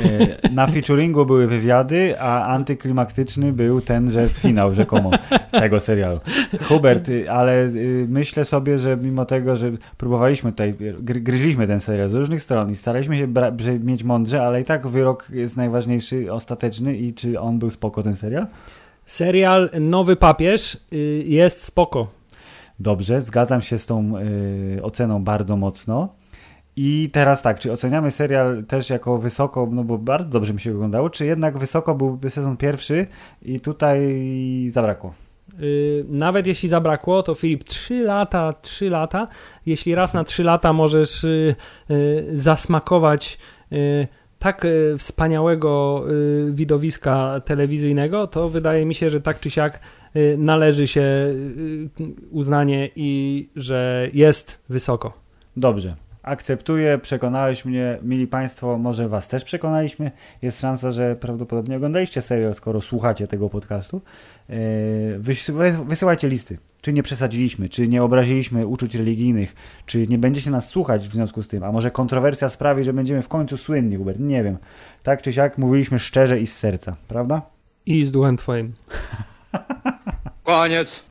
Na featuringu były wywiady, a antyklimaktyczny był tenże finał rzekomo tego serialu. Hubert, ale myślę sobie, że mimo tego, że próbowaliśmy tutaj, gryźliśmy ten serial z różnych stron i staraliśmy się bra- mieć mądrze, ale i tak wyrok jest najważniejszy, ostateczny i czy on był spoko, ten serial? Serial Nowy Papież jest spoko. Dobrze, zgadzam się z tą y, oceną bardzo mocno. I teraz tak, czy oceniamy serial też jako wysoko, no bo bardzo dobrze mi się oglądało, czy jednak wysoko byłby sezon pierwszy i tutaj zabrakło? Yy, nawet jeśli zabrakło, to Filip, trzy lata, trzy lata, jeśli raz na trzy lata możesz yy, yy, zasmakować yy, tak y, wspaniałego y, widowiska telewizyjnego, to wydaje mi się, że tak czy siak y, należy się y, uznanie i że jest wysoko. Dobrze. Akceptuję, przekonałeś mnie, mili Państwo, może Was też przekonaliśmy. Jest szansa, że prawdopodobnie oglądaliście serial, skoro słuchacie tego podcastu. Wysyłajcie listy. Czy nie przesadziliśmy, czy nie obraziliśmy uczuć religijnych, czy nie będziecie nas słuchać w związku z tym, a może kontrowersja sprawi, że będziemy w końcu słynni, Hubert, nie wiem. Tak czy siak mówiliśmy szczerze i z serca, prawda? I z duchem Twoim. Koniec.